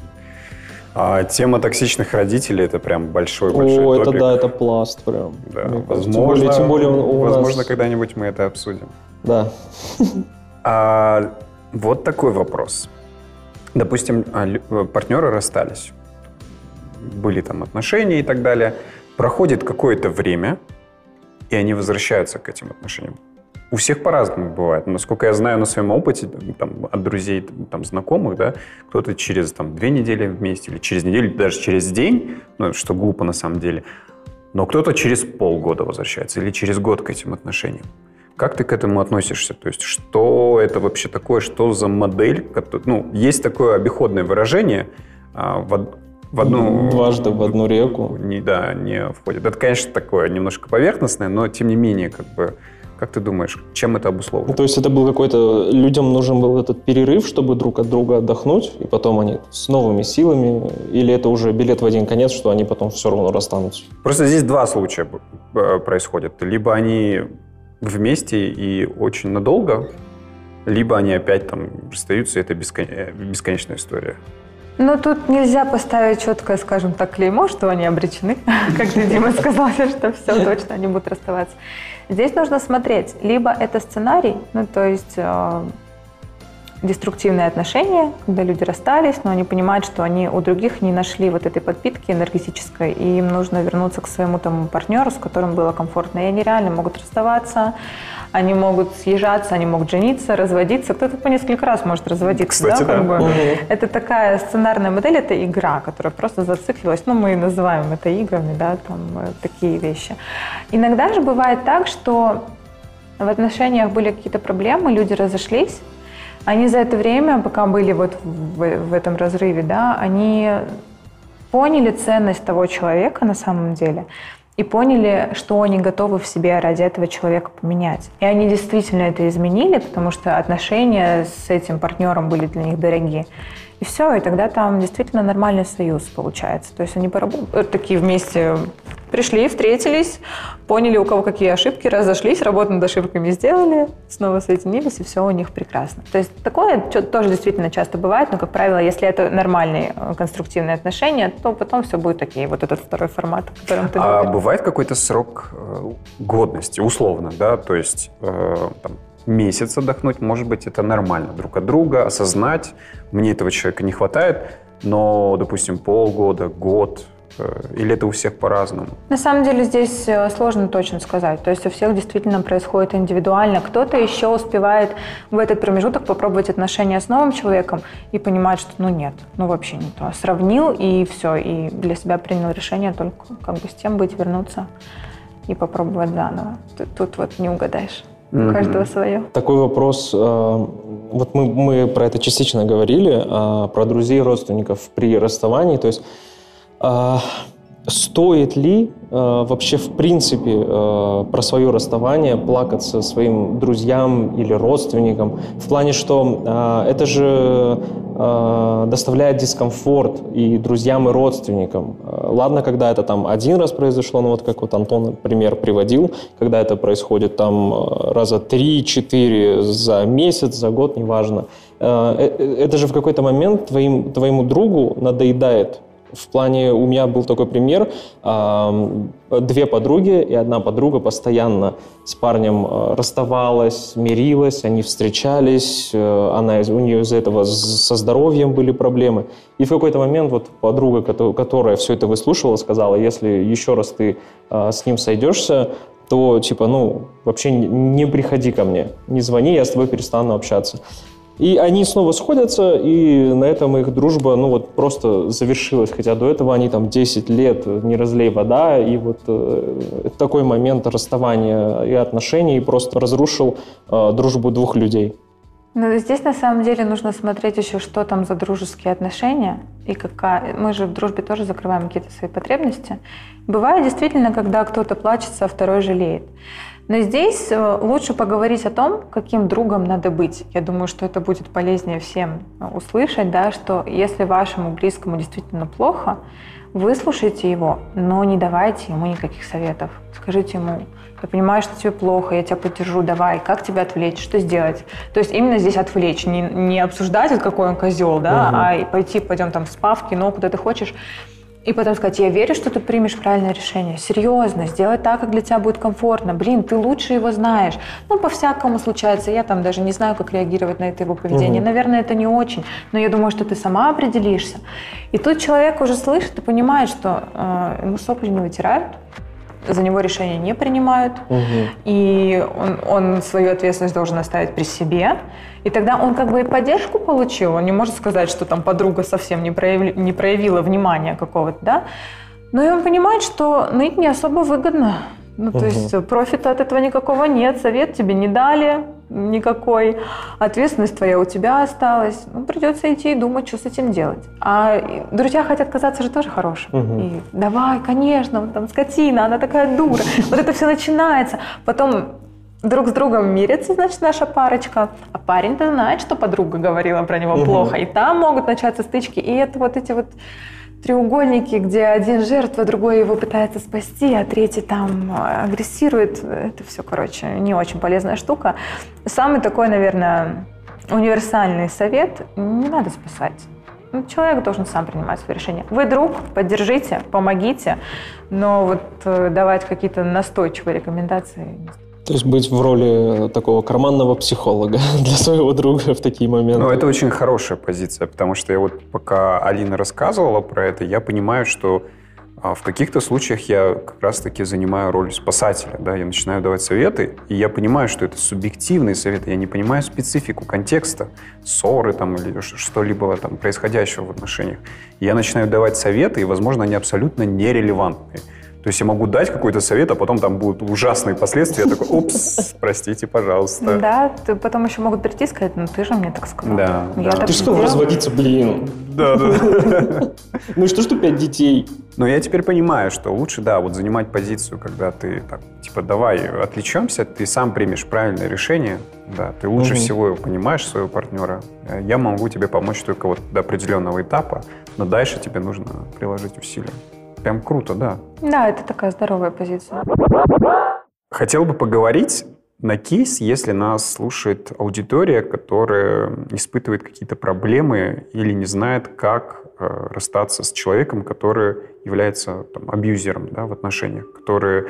А тема токсичных родителей – это прям большой-большой О, топик. это да, это пласт прям. Да, возможно, тем более, тем более у возможно нас... когда-нибудь мы это обсудим. Да. А, вот такой вопрос. Допустим, партнеры расстались, были там отношения и так далее. Проходит какое-то время, и они возвращаются к этим отношениям. У всех по-разному бывает. Насколько я знаю на своем опыте, там, от друзей, там, знакомых, да, кто-то через там, две недели вместе, или через неделю, даже через день, ну, что глупо на самом деле, но кто-то через полгода возвращается или через год к этим отношениям. Как ты к этому относишься? То есть, что это вообще такое, что за модель? Ну, есть такое обиходное выражение а, в, в одну... Дважды в одну реку. Не, да, не входит. Это, конечно, такое немножко поверхностное, но, тем не менее, как бы... Как ты думаешь, чем это обусловлено? Ну, то есть это был какой-то... Людям нужен был этот перерыв, чтобы друг от друга отдохнуть, и потом они с новыми силами, или это уже билет в один конец, что они потом все равно расстанутся? Просто здесь два случая происходят. Либо они вместе и очень надолго, либо они опять там расстаются, и это бескон... бесконечная история. Но тут нельзя поставить четкое, скажем так, клеймо, что они обречены, как ты, Дима, сказал, что все, точно, они будут расставаться. Здесь нужно смотреть, либо это сценарий, ну, то есть э, деструктивные отношения, когда люди расстались, но они понимают, что они у других не нашли вот этой подпитки энергетической, и им нужно вернуться к своему тому партнеру, с которым было комфортно. И они реально могут расставаться, они могут съезжаться, они могут жениться, разводиться. Кто-то по несколько раз может разводиться. Кстати, да, как да. бы. Это такая сценарная модель, это игра, которая просто зациклилась. Ну, мы называем это играми, да, там такие вещи. Иногда же бывает так, что в отношениях были какие-то проблемы, люди разошлись, они за это время, пока были вот в, в этом разрыве, да, они поняли ценность того человека на самом деле и поняли, что они готовы в себе ради этого человека поменять. И они действительно это изменили, потому что отношения с этим партнером были для них дороги. И все, и тогда там действительно нормальный союз получается. То есть они пораб- такие вместе пришли, встретились, поняли, у кого какие ошибки, разошлись, работу над ошибками сделали, снова соединились, и все у них прекрасно. То есть такое тоже действительно часто бывает, но, как правило, если это нормальные конструктивные отношения, то потом все будет окей. Вот этот второй формат, о котором ты А говоришь. бывает какой-то срок э, годности, условно, да, то есть э, там, месяц отдохнуть, может быть, это нормально друг от друга, осознать, мне этого человека не хватает, но, допустим, полгода, год, или это у всех по-разному? На самом деле здесь сложно точно сказать. То есть у всех действительно происходит индивидуально. Кто-то еще успевает в этот промежуток попробовать отношения с новым человеком и понимать, что ну нет, ну вообще не то. Сравнил и все, и для себя принял решение только как бы с тем быть, вернуться и попробовать заново. Тут, тут вот не угадаешь. У mm-hmm. каждого свое. Такой вопрос. Вот мы, мы про это частично говорили, про друзей и родственников при расставании. То есть А, стоит ли а, вообще в принципе а, про свое расставание плакаться своим друзьям или родственникам? В плане, что а, это же а, доставляет дискомфорт и друзьям, и родственникам. А, ладно, когда это там один раз произошло, ну вот как вот Антон пример приводил, когда это происходит там раза три-четыре за месяц, за год, неважно. А, это же в какой-то момент твоим, твоему другу надоедает. В плане, у меня был такой пример, две подруги и одна подруга постоянно с парнем расставалась, мирилась, они встречались, она, у нее из-за этого со здоровьем были проблемы. И в какой-то момент вот подруга, которая все это выслушивала, сказала, если еще раз ты с ним сойдешься, то типа, ну, вообще не приходи ко мне, не звони, я с тобой перестану общаться. И они снова сходятся, и на этом их дружба, ну вот, просто завершилась. Хотя до этого они там десять лет не разлей вода, и вот э, такой момент расставания и отношений просто разрушил э, дружбу двух людей. Ну, здесь на самом деле нужно смотреть еще, что там за дружеские отношения, и какая... Мы же в дружбе тоже закрываем какие-то свои потребности. Бывает действительно, когда кто-то плачется, а второй жалеет. Но здесь лучше поговорить о том, каким другом надо быть. Я думаю, что это будет полезнее всем услышать, да, что если вашему близкому действительно плохо, выслушайте его, но не давайте ему никаких советов. Скажите ему: я понимаю, что тебе плохо, я тебя поддержу, давай, как тебя отвлечь, что сделать? То есть именно здесь отвлечь, не, не обсуждать, какой он козел, да, угу. а пойти, пойдем там в спа, в кино, куда ты хочешь. И потом сказать: я верю, что ты примешь правильное решение. Серьезно, сделай так, как для тебя будет комфортно. Блин, ты лучше его знаешь. Ну, по-всякому случается. Я там даже не знаю, как реагировать на это его поведение. Угу. Наверное, это не очень. Но я думаю, что ты сама определишься. И тут человек уже слышит и понимает, что э, ему сопли не вытирают, за него решения не принимают, угу. и он, он свою ответственность должен оставить при себе. И тогда он как бы и поддержку получил, он не может сказать, что там подруга совсем не, проявили, не проявила внимания какого-то, да, но и он понимает, что ныть не особо выгодно. Ну, угу. то есть профита от этого никакого нет, совет тебе не дали никакой, ответственность твоя у тебя осталась. Ну, придется идти и думать, что с этим делать. А друзья хотят казаться же тоже хорошим. Угу. И давай, конечно, там скотина, она такая дура. Вот это все начинается. Потом друг с другом мирятся, значит, наша парочка. А парень-то знает, что подруга говорила про него угу. плохо. И там могут начаться стычки. И это вот эти вот треугольники, где один жертва, другой его пытается спасти, а третий там агрессирует. Это все, короче, не очень полезная штука. Самый такой, наверное, универсальный совет – не надо спасать. Ну, человек должен сам принимать свои решения. Вы друг, поддержите, помогите, но вот э, давать какие-то настойчивые рекомендации. То есть быть в роли такого карманного психолога для своего друга в такие моменты. Ну, это очень хорошая позиция, потому что я вот пока Алина рассказывала про это, я понимаю, что в каких-то случаях я как раз-таки занимаю роль спасателя, да, я начинаю давать советы, и я понимаю, что это субъективные советы, я не понимаю специфику контекста, ссоры там или что-либо там происходящего в отношениях. И я начинаю давать советы, и, возможно, они абсолютно нерелевантные. То есть я могу дать какой-то совет, а потом там будут ужасные последствия. Я такой, упс, простите, пожалуйста. Да, ты потом еще могут прийти и сказать, ну ты же мне так сказал. Да, я да. так Ты же сказал разводиться, блин. Да, да. Ну и что, что пять детей? Но я теперь понимаю, что лучше, да, вот занимать позицию, когда ты так, типа, давай отвлечемся, ты сам примешь правильное решение, да, ты лучше Угу. всего понимаешь своего партнера. Я могу тебе помочь только вот до определенного этапа, но дальше тебе нужно приложить усилия. Прям круто, да. Да, это такая здоровая позиция. Хотел бы поговорить на кейс, если нас слушает аудитория, которая испытывает какие-то проблемы или не знает, как э, расстаться с человеком, который является там, абьюзером, да, в отношениях, который,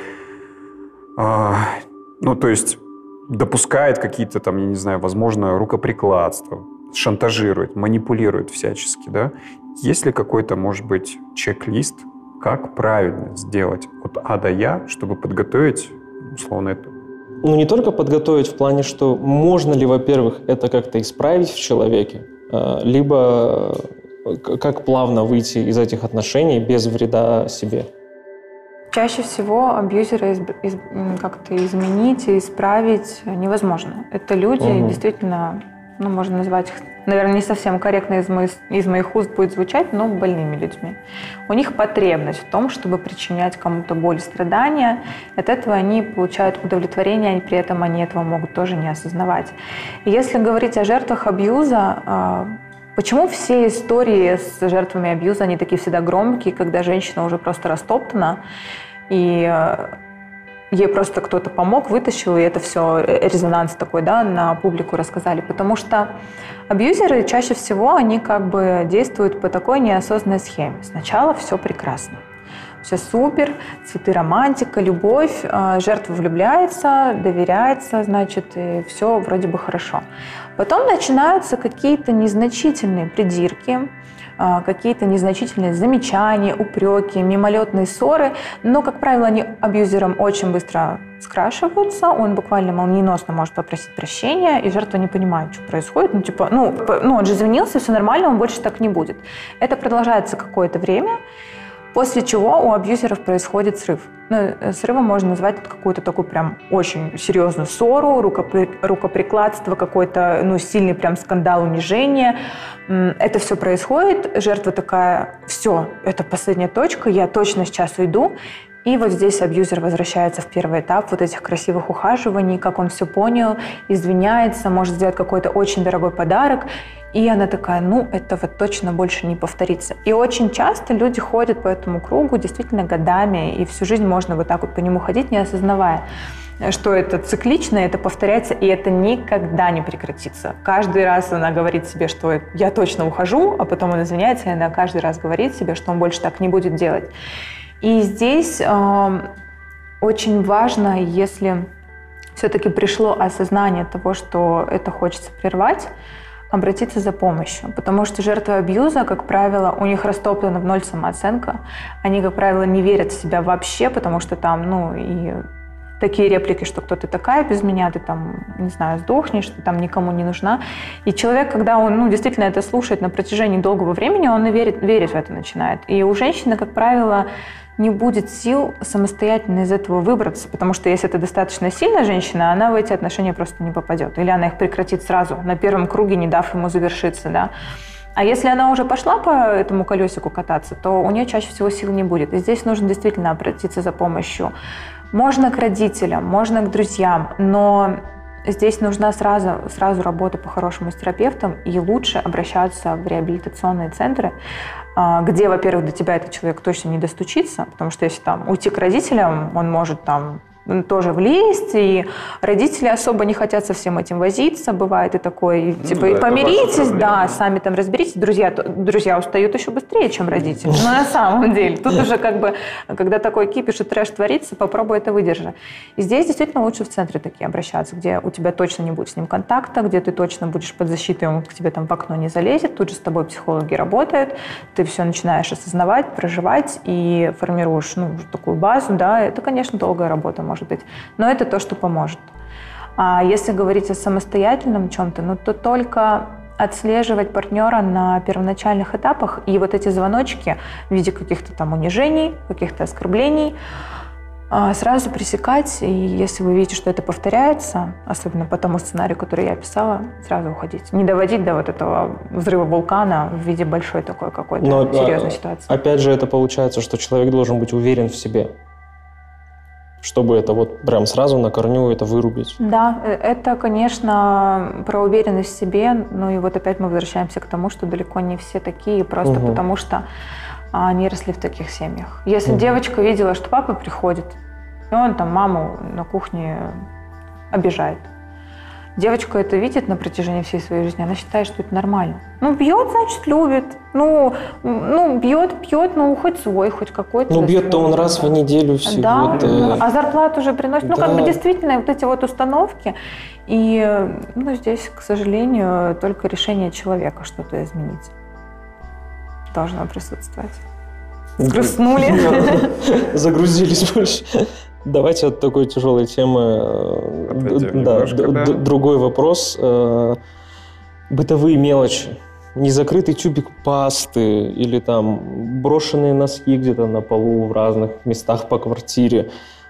э, ну, то есть допускает какие-то там, я не знаю, возможно, рукоприкладства, шантажирует, манипулирует всячески, да. Есть ли какой-то, может быть, чек-лист, как правильно сделать от А до Я, чтобы подготовить, условно, это? Ну, не только подготовить в плане, что можно ли, во-первых, это как-то исправить в человеке, либо как плавно выйти из этих отношений без вреда себе. Чаще всего абьюзера изб- из- как-то изменить и исправить невозможно. Это люди, Угу. действительно, ну, можно назвать их, наверное, не совсем корректно из моих, из моих уст будет звучать, но больными людьми. У них потребность в том, чтобы причинять кому-то боль и страдания. От этого они получают удовлетворение, и при этом они этого могут тоже не осознавать. И если говорить о жертвах абьюза, почему все истории с жертвами абьюза, они такие всегда громкие, когда женщина уже просто растоптана, и ей просто кто-то помог, вытащил, и это все резонанс такой, да, на публику рассказали. Потому что абьюзеры чаще всего, они как бы действуют по такой неосознанной схеме. Сначала все прекрасно. Все супер, цветы, романтика, любовь, жертва влюбляется, доверяется, значит, и все вроде бы хорошо. Потом начинаются какие-то незначительные придирки, какие-то незначительные замечания, упреки, мимолетные ссоры, но, как правило, они абьюзером очень быстро скрашиваются, он буквально молниеносно может попросить прощения, и жертва не понимает, что происходит, ну, типа, ну, ну он же извинился, все нормально, он больше так не будет. Это продолжается какое-то время, после чего у абьюзеров происходит срыв. Ну, срывом можно назвать какую-то такую прям очень серьезную ссору, рукопри... рукоприкладство, какой-то ну, сильный прям скандал, унижение. Это все происходит, жертва такая, все, это последняя точка, я точно сейчас уйду. И вот здесь абьюзер возвращается в первый этап вот этих красивых ухаживаний, как он все понял, извиняется, может сделать какой-то очень дорогой подарок. И она такая, ну, это вот точно больше не повторится. И очень часто люди ходят по этому кругу действительно годами, и всю жизнь можно вот так вот по нему ходить, не осознавая, что это циклично, это повторяется, и это никогда не прекратится. Каждый раз она говорит себе, что я точно ухожу, а потом он извиняется, и она каждый раз говорит себе, что он больше так не будет делать. И здесь э, очень важно, если все-таки пришло осознание того, что это хочется прервать, обратиться за помощью. Потому что жертвы абьюза, как правило, у них растоплена в ноль самооценка. Они, как правило, не верят в себя вообще, потому что там, ну, и такие реплики, что кто ты такая без меня, ты там, не знаю, сдохнешь, ты там никому не нужна. И человек, когда он, ну, действительно это слушает на протяжении долгого времени, он и верит, верить в это начинает. И у женщины, как правило, не будет сил самостоятельно из этого выбраться, потому что если это достаточно сильная женщина, она в эти отношения просто не попадет. Или она их прекратит сразу, на первом круге, не дав ему завершиться, да. А если она уже пошла по этому колесику кататься, то у нее чаще всего сил не будет. И здесь нужно действительно обратиться за помощью. Можно к родителям, можно к друзьям, но здесь нужна сразу, сразу работа по-хорошему с терапевтом, и лучше обращаться в реабилитационные центры, где, во-первых, до тебя этот человек точно не достучится, потому что если там уйти к родителям, он может там тоже влезть, и родители особо не хотят со всем этим возиться, бывает и такое, и, ну, типа, да, и помиритесь, да, да, сами там разберитесь. Друзья, друзья устают еще быстрее, чем родители. Но на самом деле, тут уже как бы, когда такой кипиш и трэш творится, попробуй это выдержать. И здесь действительно лучше в центре такие обращаться, где у тебя точно не будет с ним контакта, где ты точно будешь под защитой, он к тебе там в окно не залезет, тут же с тобой психологи работают, ты все начинаешь осознавать, проживать и формируешь, ну, такую базу, да, это, конечно, долгая работа может быть, но это то, что поможет. А если говорить о самостоятельном чем-то, ну, то только отслеживать партнера на первоначальных этапах и вот эти звоночки в виде каких-то там унижений, каких-то оскорблений сразу пресекать, и если вы видите, что это повторяется, особенно по тому сценарию, который я описала, сразу уходить. Не доводить до вот этого взрыва вулкана в виде большой такой какой-то Но, серьезной ситуации. Опять же, это получается, что человек должен быть уверен в себе, чтобы это вот прям сразу на корню это вырубить. Да, это, конечно, про уверенность в себе, ну и вот опять мы возвращаемся к тому, что далеко не все такие, просто угу. потому что они росли в таких семьях. Если угу. девочка видела, что папа приходит, и он там маму на кухне обижает. Девочка это видит на протяжении всей своей жизни, она считает, что это нормально. Ну, бьет, значит, любит. Ну, ну бьет, пьет, ну, хоть свой, хоть какой-то. Ну, бьет-то он раз в неделю всего. Да, э... а зарплату уже приносит. Да. Ну, как бы действительно вот эти вот установки. И, ну, здесь, к сожалению, только решение человека что-то изменить должно присутствовать. Грустнули. Загрузились больше. Давайте от такой тяжелой темы да, немножко, да. другой вопрос. Бытовые мелочи. Незакрытый тюбик пасты или там брошенные носки где-то на полу в разных местах по квартире.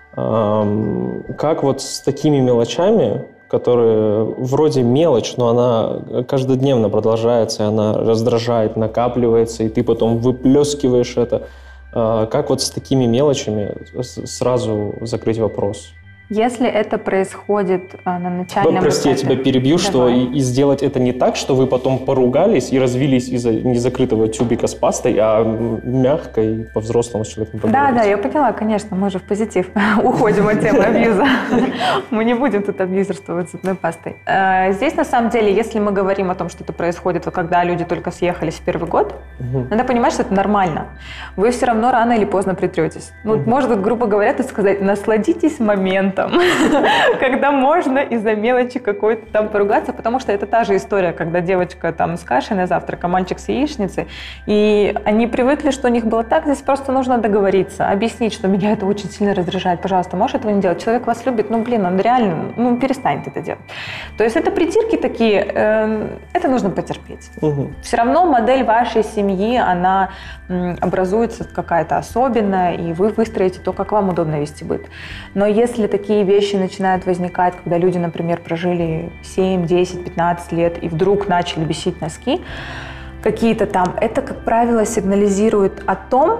Как вот с такими мелочами, которые вроде мелочь, но она каждодневно продолжается, и она раздражает, накапливается, и ты потом выплескиваешь это. Как вот с такими мелочами сразу закрыть вопрос? Если это происходит на начальном этапе... Прости, я тебя перебью, Давай. что и, и сделать это не так, что вы потом поругались и развились из-за незакрытого тюбика с пастой, а мягко и по-взрослому с человеком поговорить. Да, да, я поняла, конечно, мы же в позитив уходим от темы абьюза. Мы не будем тут абьюзерствовать зубной пастой. Здесь, на самом деле, если мы говорим о том, что это происходит, когда люди только съехались в первый год, надо понимать, что это нормально. Вы все равно рано или поздно притретесь. Ну, может быть, грубо говоря, так сказать, насладитесь моментом, когда можно из-за мелочи какой-то там поругаться, потому что это та же история, когда девочка там с кашей на завтрак, а мальчик с яичницей, и они привыкли, что у них было так, здесь просто нужно договориться, объяснить, что меня это очень сильно раздражает, пожалуйста, можешь этого не делать, человек вас любит, ну, блин, он реально, ну, перестанет это делать. То есть это притирки такие, э, это нужно потерпеть. Угу. Все равно модель вашей семьи, она м, образуется какая-то особенная, и вы выстроите то, как вам удобно вести быт. Но если такие вещи начинают возникать, когда люди, например, прожили семь, десять, пятнадцать лет и вдруг начали бесить носки какие-то там, это, как правило, сигнализирует о том,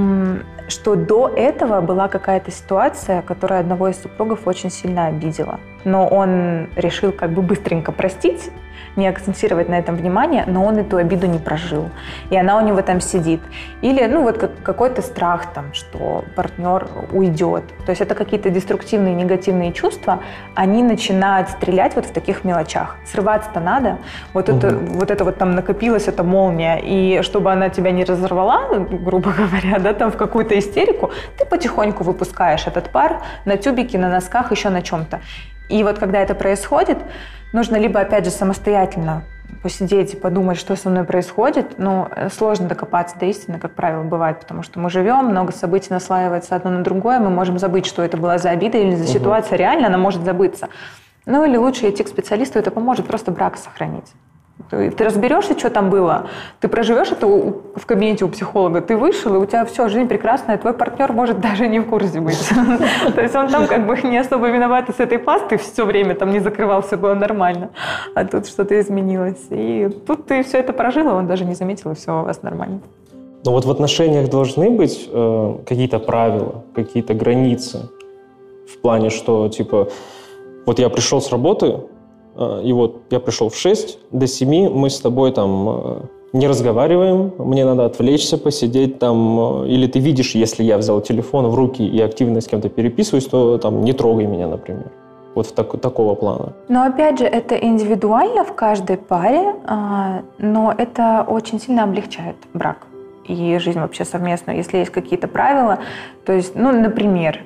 что до этого была какая-то ситуация, которая одного из супругов очень сильно обидела. Но он решил как бы быстренько простить, не акцентировать на этом внимание, но он эту обиду не прожил. И она у него там сидит. Или, ну, вот как, какой-то страх там, что партнер уйдет. То есть это какие-то деструктивные, негативные чувства, они начинают стрелять вот в таких мелочах. Срываться-то надо. Вот, угу. это, вот это вот там накопилась эта молния, и чтобы она тебя не разорвала, грубо говоря, да, там в какую-то истерику, ты потихоньку выпускаешь этот пар на тюбике, на носках, еще на чем-то. И вот когда это происходит, нужно либо, опять же, самостоятельно посидеть и подумать, что со мной происходит. Но сложно докопаться до истины, как правило, бывает, потому что мы живем, много событий наслаивается одно на другое, мы можем забыть, что это была за обида или за угу. ситуация, реально она может забыться. Ну или лучше идти к специалисту, это поможет просто брак сохранить. Ты разберешься, что там было, ты проживешь это в кабинете у психолога, ты вышел, и у тебя все, жизнь прекрасная, твой партнер может даже не в курсе быть. То есть он там как бы не особо виноват, и с этой пастой все время там не закрывал, все было нормально, а тут что-то изменилось. И тут ты все это прожила, он даже не заметил, и все у вас нормально. Но вот в отношениях должны быть э, какие-то правила, какие-то границы в плане, что типа вот я пришел с работы, и вот я пришел в шесть, до семи мы с тобой там не разговариваем, мне надо отвлечься, посидеть там, или ты видишь, если я взял телефон в руки и активно с кем-то переписываюсь, то там не трогай меня, например. Вот в так, такого плана. Но опять же, это индивидуально в каждой паре, но это очень сильно облегчает брак и жизнь вообще совместную, если есть какие-то правила. То есть, ну, например,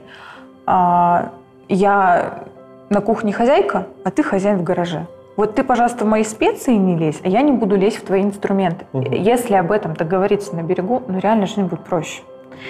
я на кухне хозяйка, а ты хозяин в гараже. Вот ты, пожалуйста, в мои специи не лезь, а я не буду лезть в твои инструменты. Угу. Если об этом договориться на берегу, ну реально жизнь будет проще.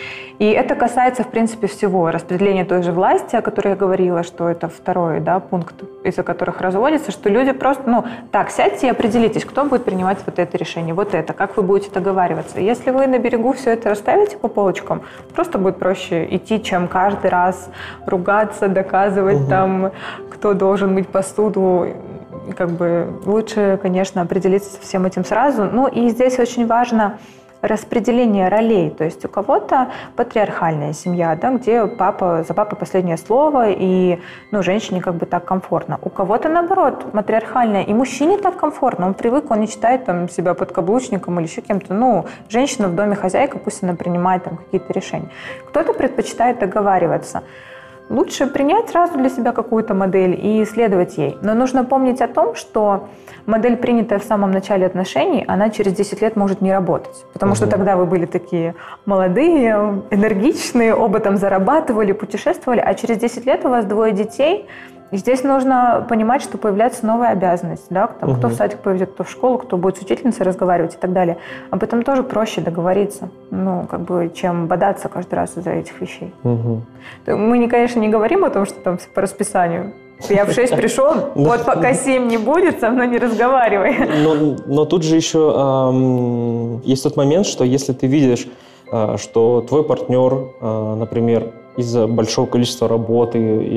И это касается, в принципе, всего. Распределения той же власти, о которой я говорила, что это второй, да, пункт, из-за которых разводятся, что люди просто, ну, так, сядьте и определитесь, кто будет принимать вот это решение, вот это, как вы будете договариваться. Если вы на берегу все это расставите по полочкам, просто будет проще идти, чем каждый раз ругаться, доказывать угу. там, кто должен мыть посуду. Как бы лучше, конечно, определиться со всем этим сразу. Ну и здесь очень важно распределение ролей. То есть у кого-то патриархальная семья, да, где папа, за папой последнее слово, и ну, женщине как бы так комфортно. У кого-то, наоборот, матриархальная, и мужчине так комфортно. Он привык, он не считает там, себя подкаблучником или еще кем-то. Ну, женщина в доме хозяйка, пусть она принимает там какие-то решения. Кто-то предпочитает договариваться. Лучше принять сразу для себя какую-то модель и следовать ей. Но нужно помнить о том, что модель, принятая в самом начале отношений, она через десять лет может не работать. Потому угу. что тогда вы были такие молодые, энергичные, оба там зарабатывали, путешествовали, а через десять лет у вас двое детей. И здесь нужно понимать, что появляется новая обязанность. Да? Там, угу. Кто в садик поведет, кто в школу, кто будет с учительницей разговаривать и так далее. Об этом тоже проще договориться, ну, как бы, чем бодаться каждый раз из-за этих вещей. Угу. Мы, конечно, не говорим о том, что там по расписанию. Я в шесть пришел, вот пока семь не будет, со мной не разговаривай. Но, но тут же еще эм, есть тот момент, что если ты видишь, э, что твой партнер, э, например, из-за большого количества работы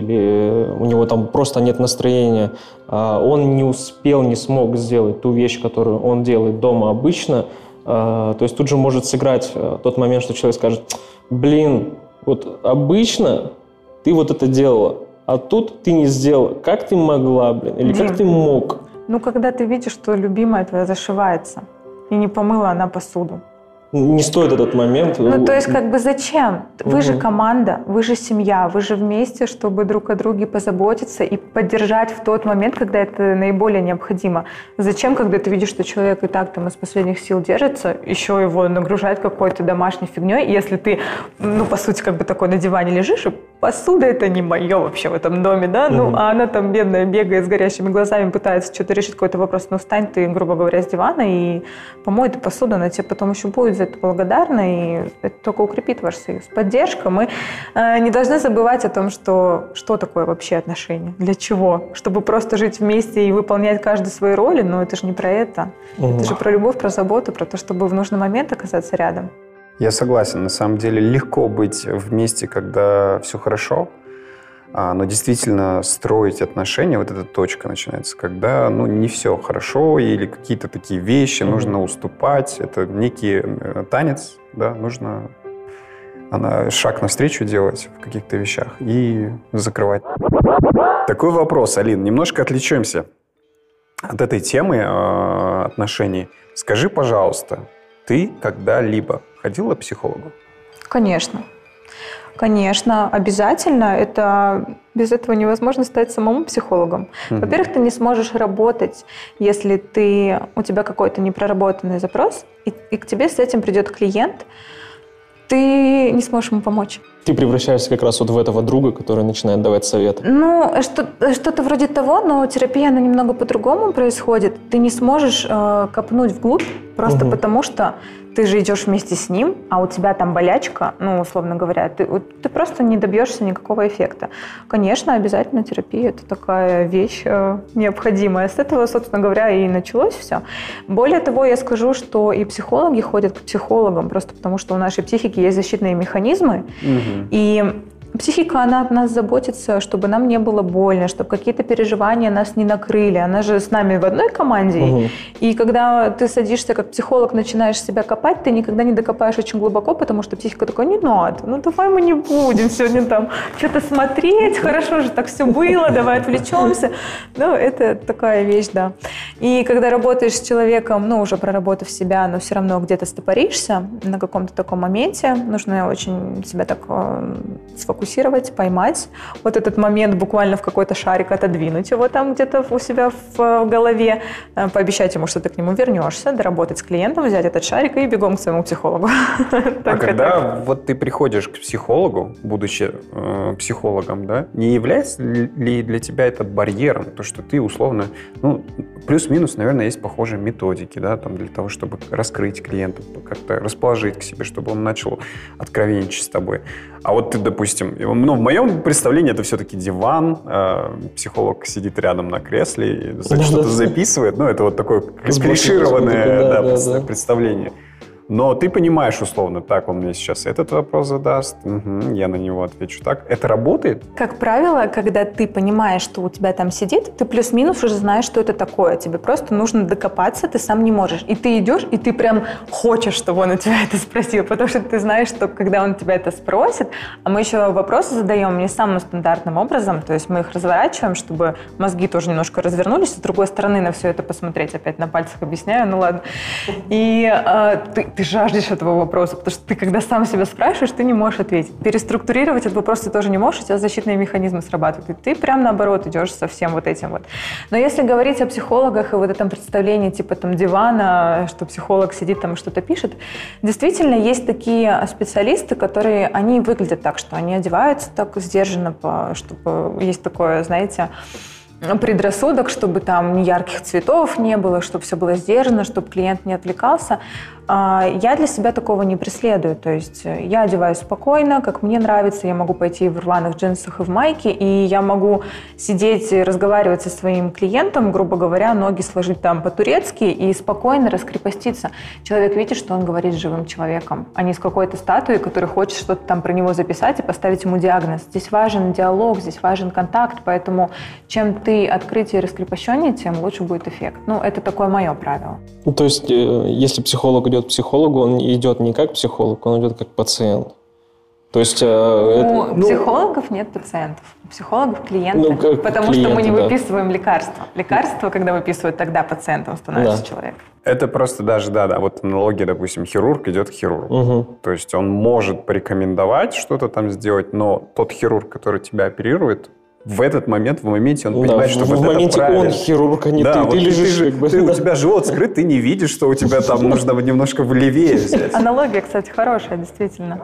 или у него там просто нет настроения, он не успел, не смог сделать ту вещь, которую он делает дома обычно, то есть тут же может сыграть тот момент, что человек скажет: блин, вот обычно ты вот это делала, а тут ты не сделала. Как ты могла, блин, или Дим, как ты мог? Ну, когда ты видишь, что любимая твоя зашивается и не помыла она посуду. Не стоит этот момент. Ну, то есть, как бы зачем? Вы угу. же команда, вы же семья, вы же вместе, чтобы друг о друге позаботиться и поддержать в тот момент, когда это наиболее необходимо. Зачем, когда ты видишь, что человек и так там из последних сил держится, еще его нагружать какой-то домашней фигней, если ты, ну, по сути, как бы такой на диване лежишь, и посуда это не мое вообще в этом доме, да? Угу. Ну, а она там бедная бегает с горящими глазами, пытается что-то решить, какой-то вопрос. Ну, встань ты, грубо говоря, с дивана и помой эту посуду, она тебе потом еще будет за это благодарна, и это только укрепит ваш союз. Поддержка. Мы э, не должны забывать о том, что, что такое вообще отношения, для чего. Чтобы просто жить вместе и выполнять каждую свою роль, но это же не про это. Угу. Это же про любовь, про заботу, про то, чтобы в нужный момент оказаться рядом. Я согласен. На самом деле легко быть вместе, когда все хорошо, но действительно строить отношения, вот эта точка начинается, когда ну, не все хорошо или какие-то такие вещи, mm-hmm. нужно уступать. Это некий танец, да, нужно она, шаг навстречу делать в каких-то вещах и закрывать. Такой вопрос, Алин, немножко отвлечемся от этой темы э, отношений. Скажи, пожалуйста, ты когда-либо ходила к психологу? Конечно. Конечно, обязательно. Это, без этого невозможно стать самому психологом. Mm-hmm. Во-первых, ты не сможешь работать, если ты, у тебя какой-то непроработанный запрос, и, и к тебе с этим придет клиент, ты не сможешь ему помочь. Ты превращаешься как раз вот в этого друга, который начинает давать советы. Ну, что, что-то вроде того, но терапия, она немного по-другому происходит. Ты не сможешь э, копнуть вглубь, просто угу. потому что ты же идешь вместе с ним, а у тебя там болячка, ну, условно говоря, ты, ты просто не добьешься никакого эффекта. Конечно, обязательно терапия – это такая вещь э, необходимая. С этого, собственно говоря, и началось все. Более того, я скажу, что и психологи ходят к психологам, просто потому что у нашей психики есть защитные механизмы, угу. и психика, она от нас заботится, чтобы нам не было больно, чтобы какие-то переживания нас не накрыли. Она же с нами в одной команде. Угу. И когда ты садишься как психолог, начинаешь себя копать, ты никогда не докопаешь очень глубоко, потому что психика такая, не надо, ну давай мы не будем сегодня там что-то смотреть, хорошо же так все было, давай отвлечемся. Ну, это такая вещь, да. И когда работаешь с человеком, ну, уже проработав себя, но все равно где-то стопоришься на каком-то таком моменте, нужно очень себя так э, сфокусировать, поймать. Вот этот момент буквально в какой-то шарик отодвинуть его там где-то у себя в голове, э, пообещать ему, что ты к нему вернешься, доработать с клиентом, взять этот шарик и бегом к своему психологу. А когда вот ты приходишь к психологу, будучи э, психологом, да, не является ли для тебя это барьером, то, что ты условно, ну, плюс-минус, наверное, есть похожие методики, да, там для того, чтобы раскрыть клиента, как-то расположить к себе, чтобы он начал откровенничать с тобой. А вот ты, допустим, ну, в моем представлении это все-таки диван, э, психолог сидит рядом на кресле и да, что-то да. записывает, ну, это вот такое клишированное да, да, да, представление. Но ты понимаешь условно, так, он мне сейчас этот вопрос задаст, угу, я на него отвечу так. Это работает? Как правило, когда ты понимаешь, что у тебя там сидит, ты плюс-минус уже знаешь, что это такое. Тебе просто нужно докопаться, ты сам не можешь. И ты идешь, и ты прям хочешь, чтобы он у тебя это спросил, потому что ты знаешь, что когда он тебя это спросит, а мы еще вопросы задаем не самым стандартным образом, то есть мы их разворачиваем, чтобы мозги тоже немножко развернулись, с другой стороны на все это посмотреть, опять на пальцах объясняю, ну ладно. И э, ты Ты жаждешь этого вопроса, потому что ты, когда сам себя спрашиваешь, ты не можешь ответить. Переструктурировать этот вопрос ты тоже не можешь, у тебя защитные механизмы срабатывают. И ты прям наоборот идешь со всем вот этим вот. Но если говорить о психологах и вот этом представлении типа там дивана, что психолог сидит там и что-то пишет, действительно есть такие специалисты, которые, они выглядят так, что они одеваются так сдержанно, чтобы есть такое, знаете, предрассудок, чтобы там ни ярких цветов не было, чтобы все было сдержано, чтобы клиент не отвлекался. Я для себя такого не преследую. То есть я одеваюсь спокойно, как мне нравится. Я могу пойти в рваных джинсах и в майке, и я могу сидеть и разговаривать со своим клиентом, грубо говоря, ноги сложить там по-турецки и спокойно раскрепоститься. Человек видит, что он говорит с живым человеком, а не с какой-то статуей, который хочет что-то там про него записать и поставить ему диагноз. Здесь важен диалог, здесь важен контакт, поэтому чем ты открытие и раскрепощеннее, тем лучше будет эффект. Ну, это такое мое правило. Ну, то есть, если психолог идет к психологу, он идет не как психолог, он идет как пациент. То есть, у это, психологов ну, нет пациентов, у психологов клиенты, ну, как потому клиенты, что мы не да. выписываем лекарства. Лекарства, когда выписывают, тогда пациентом становится да. человек. Это просто даже, да, да, вот аналогия, допустим, хирург идет к хирургу. Угу. То есть он может порекомендовать что-то там сделать, но тот хирург, который тебя оперирует, в этот момент, в моменте он понимает, да, что в, вот в это моменте правильно. Он хирург, а не да, ты. Вот ты лежишь, ты, как бы, ты, да. У тебя живот скрыт, ты не видишь, что у тебя там нужно немножко влевее взять. Аналогия, кстати, хорошая, действительно.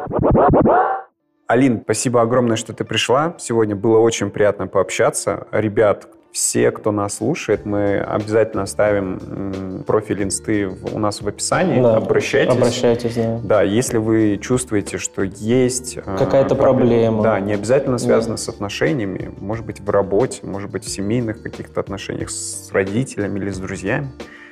Алин, спасибо огромное, что ты пришла. Сегодня было очень приятно пообщаться. Ребят, все, кто нас слушает, мы обязательно оставим профиль инсты у нас в описании. Да, обращайтесь. Обращайтесь, да. Да, если вы чувствуете, что есть какая-то проблема. Да, не обязательно связана да. с отношениями, может быть, в работе, может быть, в семейных каких-то отношениях с родителями или с друзьями.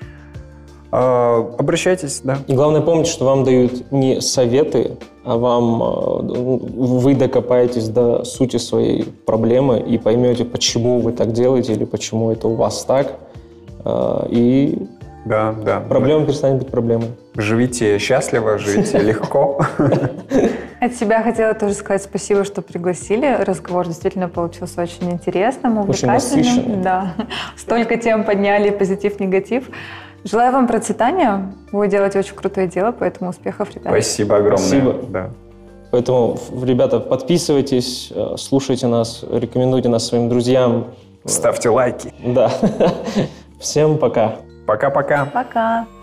Обращайтесь, да. И главное помните, что вам дают не советы, а вам вы докопаетесь до сути своей проблемы и поймете, почему вы так делаете или почему это у вас так. И да, да. проблема перестанет быть проблемой. Живите счастливо, живите легко. От себя хотела тоже сказать спасибо, что пригласили. Разговор действительно получился очень интересным, увлекательным. Да. Столько тем подняли, позитив, негатив. Желаю вам процветания. Вы делаете очень крутое дело, поэтому успехов, ребята. Спасибо огромное. Спасибо. Да. Поэтому, ребята, подписывайтесь, слушайте нас, рекомендуйте нас своим друзьям. Ставьте лайки. Да. Всем пока. Пока-пока. Пока.